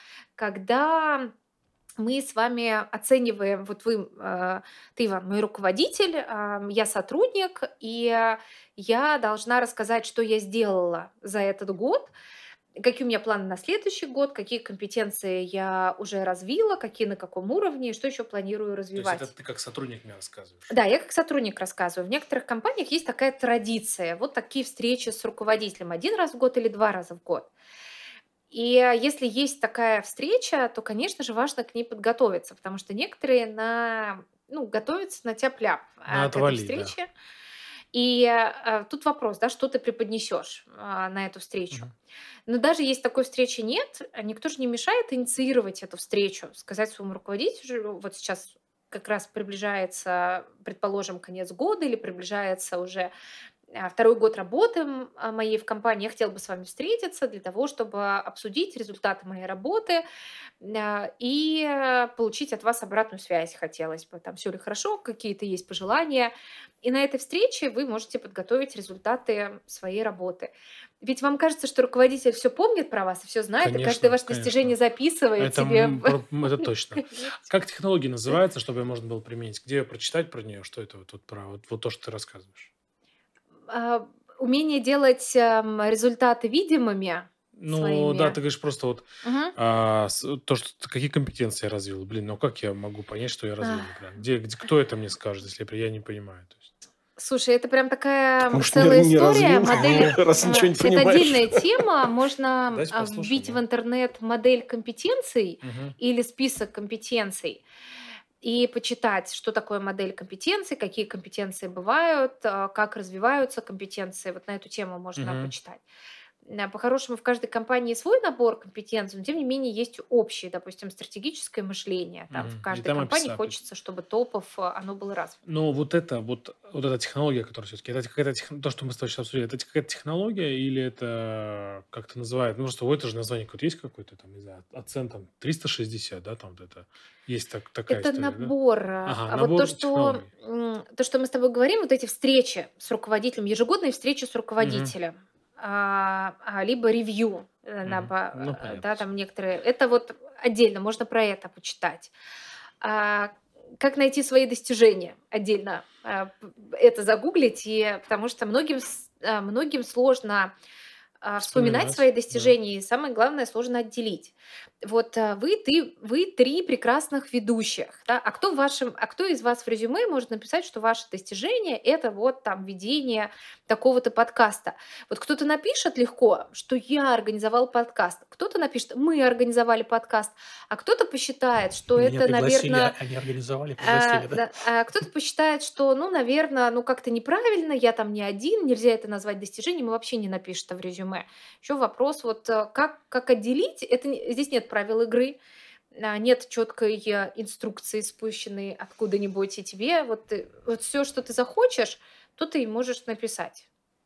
Когда мы с вами оцениваем, вот вы, э, ты, Иван, мой руководитель, а, я сотрудник, и э, я должна рассказать, что я сделала за этот год, какие у меня планы на следующий год, какие компетенции я уже развила, какие на каком уровне, и что еще планирую То есть развивать. это ты как сотрудник мне рассказываешь? Да, я как сотрудник рассказываю. В некоторых компаниях есть такая традиция. Вот такие встречи с руководителем один раз в год или два раза в год. И э, если есть такая встреча, то, конечно же, важно к ней подготовиться, потому что некоторые на, ну, готовятся на тяп-ляп На а, к этой отвали, да. встрече. И э, тут вопрос, да, что ты преподнесешь а, на эту встречу. Мгм. Но даже если такой встречи нет, а никто же не мешает инициировать эту встречу, сказать своему руководителю, вот сейчас как раз приближается, предположим, конец года или приближается уже а, второй год работы м, а, моей в компании, я хотела бы с вами встретиться для того, чтобы обсудить результаты моей работы а, и э, получить от вас обратную связь хотелось бы. Там все ли хорошо, какие-то есть пожелания. И на этой встрече вы можете подготовить результаты своей работы. Ведь вам кажется, что руководитель все помнит про вас и все знает, и каждое Конечно, ваше достижение конечно. записывает Это, себе. м, в- про- м, это точно. Нет. Как технология называется, чтобы ее можно было применить? Где ее прочитать про нее? Что это вот, вот про вот, вот то, что ты рассказываешь? А, Умение делать ам, результаты видимыми Ну, своими. да, ты говоришь просто вот Мгм. а, с- то, что ты- какие компетенции я развил. Блин, ну как я могу понять, что я развил, Ах. например? Где, где, кто это мне скажет, если я не понимаю? То есть, Слушай, это прям такая Может, целая не, не история, развил, модель. раз а, ничего не Это понимаешь. отдельная тема. Можно Давайте а, послушаем, вбить в да. интернет модель компетенций Мгм. или список компетенций и почитать, что такое модель компетенций, какие компетенции бывают, а, как развиваются компетенции. Вот на эту тему можно Мгм. почитать. А, По-хорошему, в каждой компании свой набор компетенций, но тем не менее есть общее, допустим, стратегическое мышление. Там в Мгм. И каждой там компании описать. хочется, чтобы топов а, оно было развито. Но вот это, вот, вот эта технология, которая все-таки, это какая-то тех- то, что мы с тобой сейчас обсудили, это какая-то технология или это как-то называют, ну, просто у это же название какое-то есть какое-то, там, не знаю, оцен там триста шестьдесят, да, там вот это, есть так, такая Это история, да? набор. а Ага, а вот то, набор что, технологий. м, то, что мы с тобой говорим, вот эти встречи с руководителем, ежегодные встречи с Мгм. руководителем, а, а, либо ревью, э, на Мгм. ба- Ну, э, понятно да, всё. там некоторые, это вот отдельно, можно про это почитать. А, Как найти свои достижения, отдельно а, п- это загуглить, и, потому что многим, с- а, многим сложно а, вспоминать свои Вспоминать, да. достижения, и самое главное, сложно отделить. Вот а, вы, ты, вы три прекрасных ведущих, да? А кто в вашем, а кто из вас в резюме может написать, что ваше достижение это вот там ведение такого-то подкаста? Вот кто-то напишет легко, что я организовал подкаст, кто-то напишет, мы организовали подкаст, а кто-то посчитает, что Меня это, пригласили, а наверное, они организовали, а, пригласили, да? да, а кто-то посчитает, что, ну, наверное, ну, как-то неправильно, я там не один, нельзя это назвать достижением, и вообще не напишет это в резюме. Еще вопрос, вот э, как, как отделить, это, не- здесь нет правил игры, а, нет четкой э, инструкции, спущенной откуда-нибудь, и тебе вот, ты- вот все, что ты захочешь, то ты и можешь написать.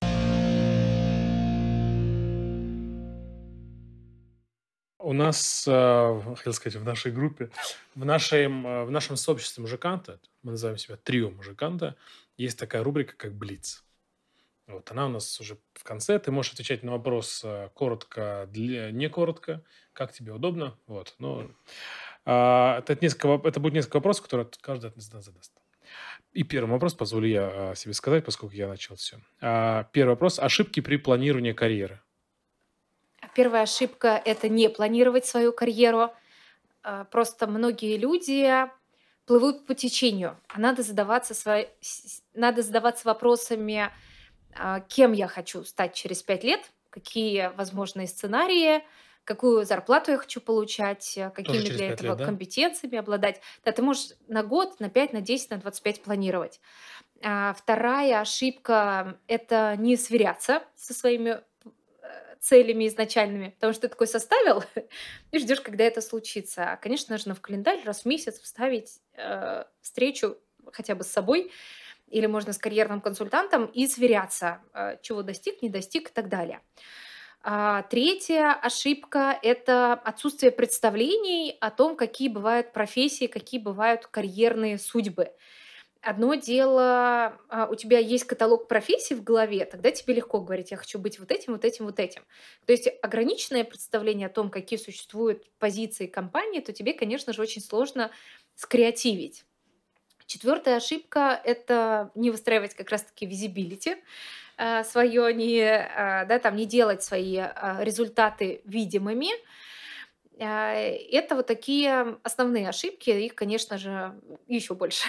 У нас, а, хотел сказать, в нашей группе, в нашем, а, в нашем сообществе мужиканта, мы называем себя трио мужиканта, есть такая рубрика, как «Блиц». Вот она у нас уже в конце. Ты можешь отвечать на вопрос а, коротко, для, не коротко, как тебе удобно. Вот. Но, а, это, несколько, воп- это будет несколько вопросов, которые каждый от нас задаст. И первый вопрос, позволю я а, себе сказать, поскольку я начал все. Первый вопрос. Ошибки при планировании карьеры. Первая ошибка – это не планировать свою карьеру. А, Просто многие люди плывут по течению, а надо задаваться, свой- с- с- надо задаваться вопросами, а, кем я хочу стать через пять лет, какие возможные сценарии, какую зарплату я хочу получать, э, Тоже какими через для пять этого лет, да? компетенциями обладать. Да, ты можешь на год, на пять, на десять, на двадцать пять планировать. А, Вторая ошибка – это не сверяться со своими э, целями изначальными, потому что ты такой составил и ждешь, когда это случится. А, конечно, нужно в календарь раз в месяц вставить э, встречу хотя бы с собой, или можно с карьерным консультантом и сверяться, э, чего достиг, не достиг и так далее. А, Третья ошибка – это отсутствие представлений о том, какие бывают профессии, какие бывают карьерные судьбы. Одно дело, а, у тебя есть каталог профессий в голове, тогда тебе легко говорить, я хочу быть вот этим, вот этим, вот этим. То есть ограниченное представление о том, какие существуют позиции компании, то тебе, конечно же, очень сложно скреативить. Четвертая ошибка – это не выстраивать как раз-таки визибилити свое, не, а, да, там, не делать свои а, результаты видимыми. А, Это вот такие основные ошибки, их, конечно же, еще больше.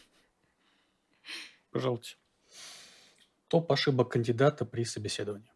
Пожалуйте. Топ ошибок кандидата при собеседовании.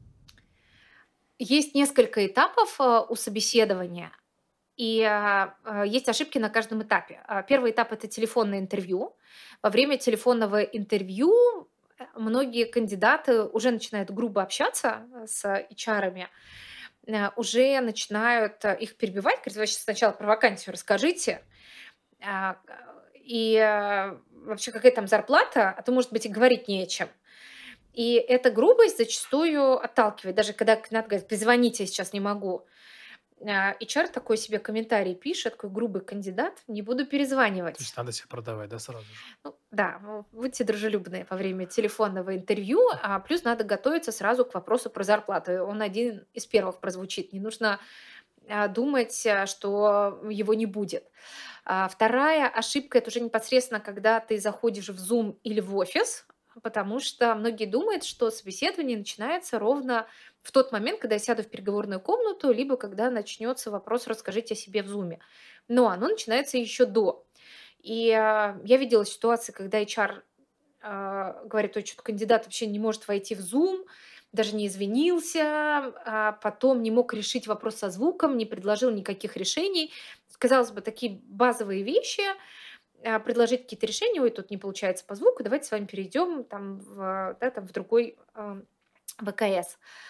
Есть несколько этапов а, у собеседования, и а, а, есть ошибки на каждом этапе. А, Первый этап – это телефонное интервью. Во время телефонного интервью э, многие кандидаты уже начинают грубо общаться э, с эйч ар-ами, э, уже начинают э, их перебивать, говорят, вы щас сначала про вакансию расскажите, а, и э, вообще какая там зарплата, а то, может быть, и говорить не о чем. И эта грубость зачастую отталкивает, даже когда кандидат говорит, позвоните, я сейчас не могу. А, эйч ар такой себе комментарий пишет, такой грубый кандидат, не буду То перезванивать. есть надо себя продавать, да, сразу же? Ну, да, ну, будьте дружелюбны во время телефонного интервью, а плюс надо готовиться сразу к вопросу про зарплату. Он один из первых прозвучит. Не нужно а, думать, а, что его не будет. А, Вторая ошибка – это уже непосредственно, когда ты заходишь в Zoom или в офис, потому что многие думают, что собеседование начинается ровно в тот момент, когда я сяду в переговорную комнату, либо когда начнется вопрос «расскажите о себе в Zoom». Но оно начинается еще до. И а, я видела ситуации, когда эйч ар а, говорит, ой, что-то кандидат вообще не может войти в Zoom, даже не извинился, а потом не мог решить вопрос со звуком, не предложил никаких решений. Казалось бы, такие базовые вещи, а, предложить какие-то решения, ой, тут не получается по звуку, давайте с вами перейдем там в, да, там, в другой а, вэ ка эс.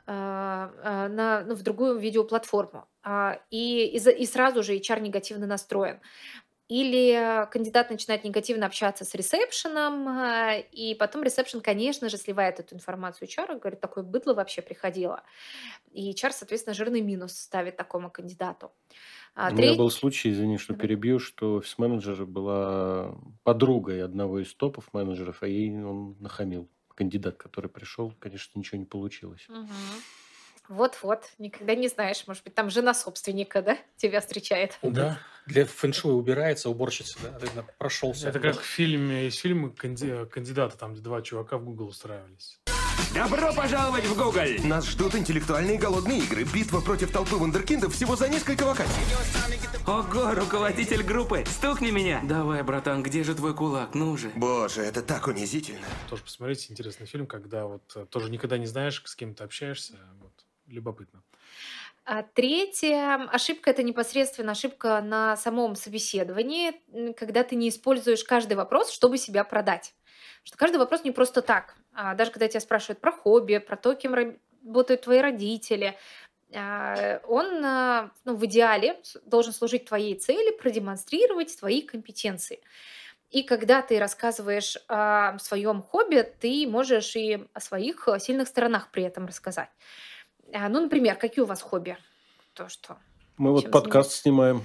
а, а, на, ну, в другую видеоплатформу. А, и, и, за- и сразу же эйч ар негативно настроен. Или кандидат начинает негативно общаться с ресепшеном, а, и потом ресепшен, конечно же, сливает эту информацию эйч ар, говорит, такое быдло вообще приходило. И эйч ар, соответственно, жирный минус ставит такому кандидату. А, У меня был треть... случай, извини, что Давай. перебью, что офис-менеджер была подругой одного из топов менеджеров, а ей он нахамил. Кандидат, который пришел, конечно, ничего не получилось. Мгм. Вот-вот, никогда не знаешь, может быть, там жена собственника, да, тебя встречает. Уб- Да. Для фэншуй убирается уборщица, да, видно, прошелся. Это как в фильме, есть фильмы канди- кандидата, там где два чувака в Google устраивались. Добро пожаловать в Google! Нас ждут интеллектуальные голодные игры. Битва против толпы вундеркиндов всего за несколько вакансий. Ого, руководитель группы, стукни меня! Давай, братан, где же твой кулак? Ну же. Боже, это так унизительно. Тоже посмотрите, интересный фильм, когда вот э, тоже никогда не знаешь, с кем ты общаешься. Вот. Любопытно. А третья ошибка – это непосредственно ошибка на самом собеседовании, м, когда ты не используешь каждый вопрос, чтобы себя продать. Что каждый вопрос не просто так. А даже когда тебя спрашивают про хобби, про то, кем работают твои родители, а, он а, ну, в идеале с- должен служить твоей цели, продемонстрировать твои компетенции. И когда ты рассказываешь о своем хобби, ты можешь и о своих э, сильных сторонах при этом рассказать. А, Ну, например, какие у вас хобби? То, что Мы вот чем подкаст занимаетесь? снимаем.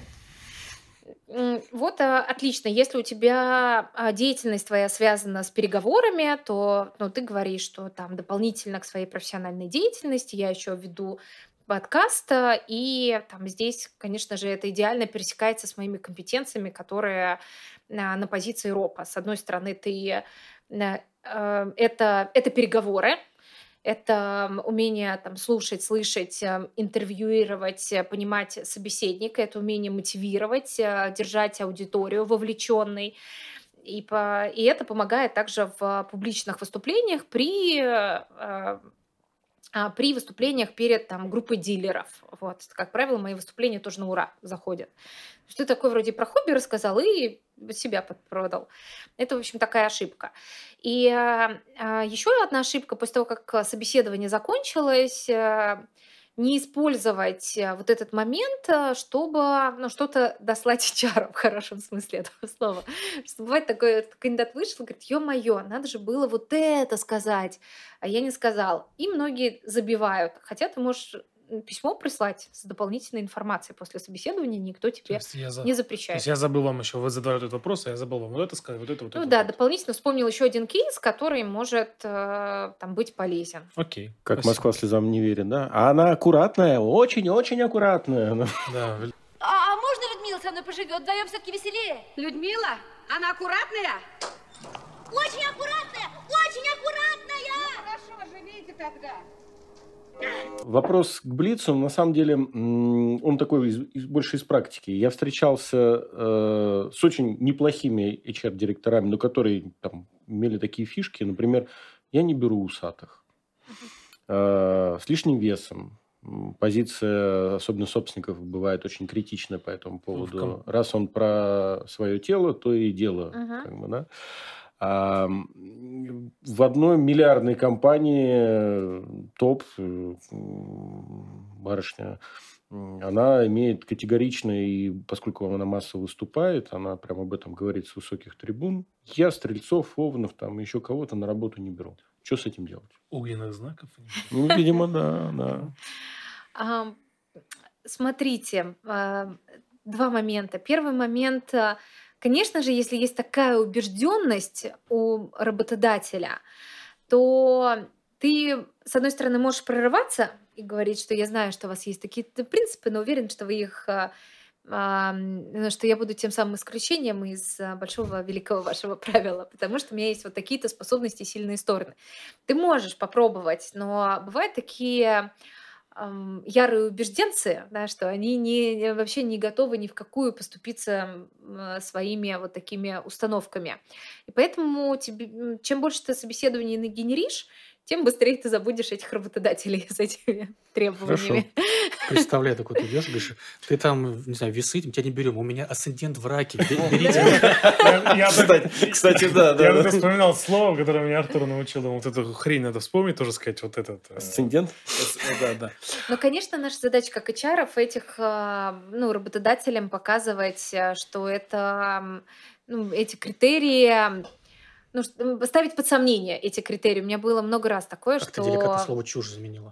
М, Вот, а, отлично. Если у тебя а, деятельность твоя связана с переговорами, то ну, ты говоришь, что там дополнительно к своей профессиональной деятельности я еще веду подкаст, а, и там здесь, конечно же, это идеально пересекается с моими компетенциями, которые а, на позиции ропа. С одной стороны, ты а, а, это, это переговоры, это м, умение там, слушать, слышать, э, интервьюировать, э, понимать собеседника, это умение мотивировать, э, держать аудиторию вовлеченной. И, по, и это помогает также в публичных выступлениях при, э, э, а, при выступлениях перед там, группой дилеров. Вот. Как правило, мои выступления тоже на ура заходят. Что ты такой вроде про хобби рассказал и себя подпродал. Это, в общем, такая ошибка. И а, а, еще одна ошибка после того, как а, собеседование закончилось, а, не использовать а, вот этот момент, а, чтобы ну, что-то дослать эйч ар в хорошем смысле этого слова. Что бывает такое, что кандидат вышел, говорит, ё-моё, надо же было вот это сказать, а я не сказал. И многие забивают. Хотя ты можешь м, письмо прислать с дополнительной информацией после собеседования, никто То тебе есть я, за... не То запрещает. есть я забыл вам еще, вы задавали этот вопрос, а я забыл вам вот это сказать, вот это, вот Ну это, да, вот это. дополнительно вспомнил еще один кейс, который может э, там быть полезен. Окей, Как спасибо. Москва слезам не верит, да? А она аккуратная, очень-очень аккуратная. Она. Да, А, а можно Людмила со мной поживет? Вдвоем все-таки веселее. Людмила, она аккуратная? Очень аккуратная! Очень аккуратная! Хорошо, живите тогда. Вопрос к Блицу, на самом деле, м, он такой из- из- больше из практики. Я встречался э, с очень неплохими эйч ар-директорами, но которые там, имели такие фишки. Например, я не беру усатых. Э, с лишним весом. М, Позиция, особенно собственников, бывает очень критичная по этому поводу. ком- Раз он про свое тело, то и дело. Мгм. Как бы, да? А, м, в одной миллиардной компании э, топ э, м, барышня, м, она имеет категорично, и поскольку она массово выступает, она прямо об этом говорит с высоких трибун. Я Стрельцов, Овнов, там еще кого-то на работу не беру. Что с этим делать? огненных знаков. Ну, видимо, да, да. Ам, Смотрите, а, два момента. Первый момент, а, конечно же, если есть такая убежденность у работодателя, то ты, с одной стороны, можешь прорываться и говорить, что я знаю, что у вас есть такие-то принципы, но уверен, что вы их, а, ам, ну, что я буду тем самым исключением из а, большого великого вашего правила, потому что у меня есть вот такие-то способности и сильные стороны. Ты можешь попробовать, но бывают такие ам, ярые убежденцы, да, что они не, не- вообще не готовы ни в какую поступиться м, э, своими вот такими установками. И поэтому тебе, м, чем больше ты собеседований нагенеришь, тем быстрее ты забудешь этих работодателей с этими требованиями. Представляю, такой ты идешь, говоришь, ты там, не знаю, весы, мы тебя не берем, у меня асцендент в раке, берите меня. Я, Кстати, кстати, да, я да. тогда да. вспоминал слово, которое меня Артур научил. Думал, вот эту хрень надо вспомнить, тоже сказать вот этот. э, Асцендент? с- э, Да, да. Но, конечно, наша задача как эйч ар этих а, ну, работодателям показывать, а, что это м, ну, эти критерии, ну, ш- м, ставить под сомнение эти критерии. У меня было много раз такое, Как ты деликатно что, слово чушь заменила.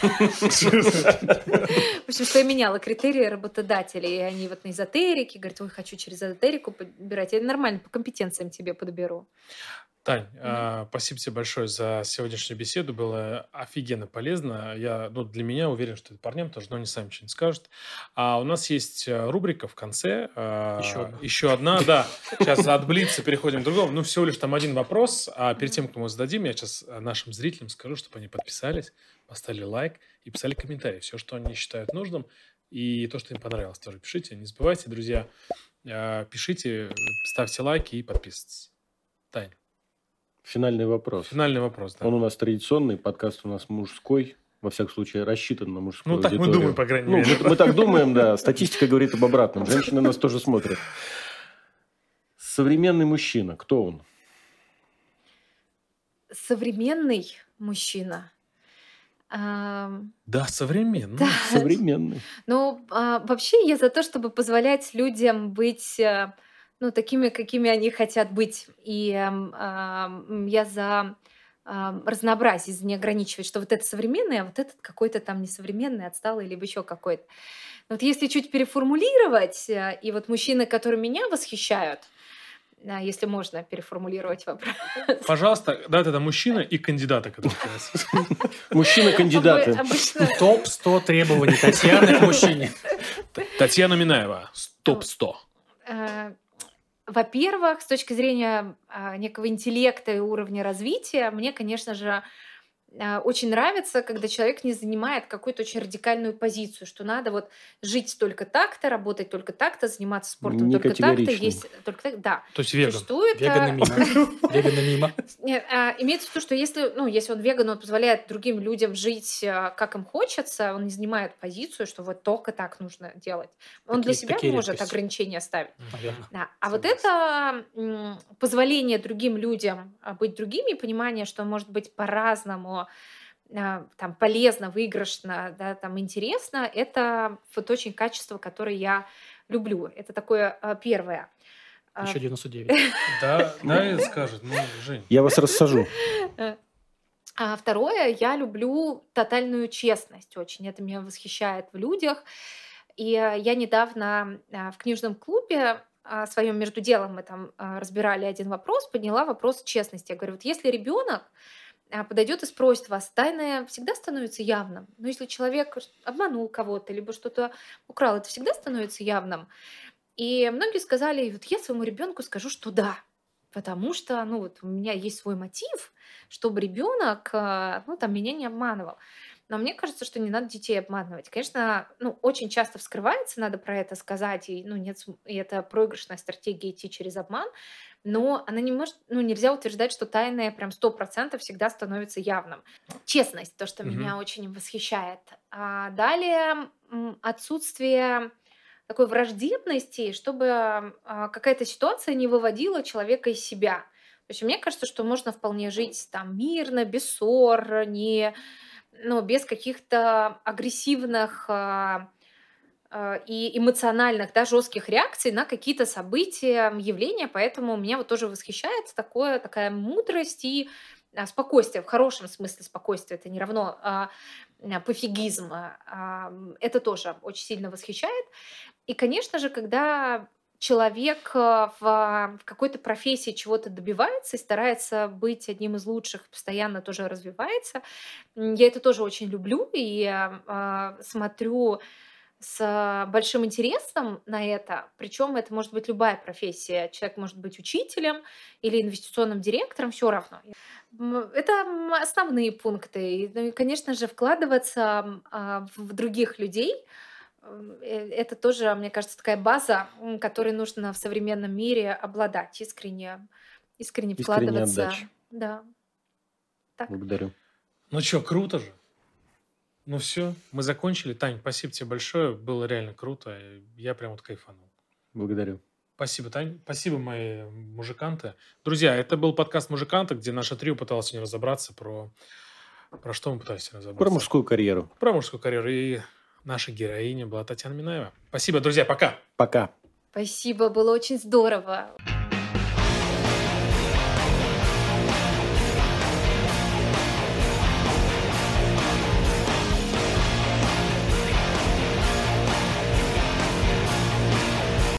в общем, что я меняла критерии работодателей, и они вот на эзотерике говорят, ой, хочу через эзотерику подбирать. Я нормально по компетенциям тебе подберу. Тань, Мгм. а, спасибо тебе большое за сегодняшнюю беседу. Было офигенно полезно. Я, ну, для меня уверен, что это парням тоже, но они сами что-нибудь скажут. А у нас есть э, рубрика в конце. а, Еще одна. Еще одна, да. Сейчас от Блица переходим к другому. Ну, всего лишь там один вопрос. А перед Мгм. тем, как мы его зададим, я сейчас нашим зрителям скажу, чтобы они подписались, поставили лайк и писали комментарии. Все, что они считают нужным. И то, что им понравилось, тоже пишите. Не забывайте, друзья, э, пишите, ставьте лайки и подписывайтесь. Тань, Финальный вопрос. финальный вопрос, да. Он у нас традиционный, подкаст у нас мужской, во всяком случае, рассчитан на мужскую Ну, так мы аудиторию. думаем, по крайней Ну, мере. мы, мы так думаем, да. Статистика говорит об обратном. Женщины нас тоже смотрят. Современный мужчина. Кто он? Современный мужчина. Ам, Да, современно. Да, Современный. ну, а, вообще я за то, чтобы позволять людям быть, э, ну, такими, какими они хотят быть. И ам, ам, я за ам, разнообразие, за не ограничивать, что вот это современное, а вот этот какой-то там несовременный, отсталый, либо еще какой-то. Но вот если чуть переформулировать, э, и вот мужчины, которые меня восхищают, а, если можно переформулировать вопрос. Пожалуйста, да, тогда мужчина и кандидаты, которые у нас. Мужчины-кандидаты. Обы- Обычно Топ сто требований Татьяны к мужчине. Татьяна Минаева, топ сто. Э, Во-первых, с точки зрения а, некого интеллекта и уровня развития, мне, конечно же, а, очень нравится, когда человек не занимает какую-то очень радикальную позицию, что надо вот жить только так-то, работать только так-то, заниматься спортом Не только так-то, категоричный. есть только так. Да. То есть веган. Существует... Веганы а, мимо. Веганы мимо. Нет, а, имеется в виду, что если, ну, если он веган, он позволяет другим людям жить, а, как им хочется, он не занимает позицию, что вот только так нужно делать. Он для Такие- себя такие может редкости. ограничения ставить. Наверное. Да. А вот Согласен. это м, позволение другим людям а, быть другими, понимание, что может быть по-разному, а, там, полезно, выигрышно, да, там, интересно, это вот очень качество, которое я люблю. Это такое а, первое. А, Еще девяносто девять. Да, да, и скажет. Ну, Жень. Я вас рассажу. А второе, я люблю тотальную честность очень. Это меня восхищает в людях. И э, я недавно а, в книжном клубе а, своем между делом мы там а, разбирали один вопрос, подняла вопрос честности. Я говорю, вот если ребенок подойдет и спросит вас, тайное всегда становится явным. Но если человек ш- обманул кого-то, либо что-то украл, это всегда становится явным. И многие сказали, вот я своему ребенку скажу, что да, потому что, ну вот у меня есть свой мотив, чтобы ребенок, а, ну там меня не обманывал. Но мне кажется, что не надо детей обманывать. Конечно, ну очень часто вскрывается, надо про это сказать, и ну нет, см- и это проигрышная стратегия идти через обман. Но она не может, ну нельзя утверждать, что тайное прям сто процентов всегда становится явным. Честность, то, что Мгм. меня очень восхищает. А далее м, отсутствие такой враждебности, чтобы а, какая-то ситуация не выводила человека из себя. То есть мне кажется, что можно вполне жить там мирно, без ссор, не, ну, без каких-то агрессивных а, а, и эмоциональных, да, жестких реакций на какие-то события, явления. Поэтому меня вот тоже восхищает такое, такая мудрость и а, спокойствие, в хорошем смысле спокойствие. Это не равно а, а, пофигизм. а, а, Это тоже очень сильно восхищает. И, конечно же, когда человек э, в, в какой-то профессии чего-то добивается и старается быть одним из лучших, постоянно тоже развивается, м, я это тоже очень люблю и э, а, смотрю с большим интересом на это. Причем это может быть любая профессия. Человек может быть учителем или инвестиционным директором, все равно. М, Это м, основные пункты. И, ну и, конечно же, вкладываться м, а, в других людей. М, э, Это тоже, мне кажется, такая база, м, которой нужно в современном мире обладать, искренне, искренне Искренняя вкладываться. отдача. Да, так. Благодарю. Ну что, круто же. Ну все, мы закончили. Тань, спасибо тебе большое. Было реально круто. Я прям вот кайфанул. Благодарю. Спасибо, Тань. Спасибо, мои мужиканты. Друзья, это был подкаст «Мужиканты», где наше трио пыталось сегодня разобраться про... Про что мы пытались разобраться? Про мужскую карьеру. Про мужскую карьеру. И наша героиня была Татьяна Минаева. Спасибо, друзья. Пока. Пока. Спасибо, было очень здорово.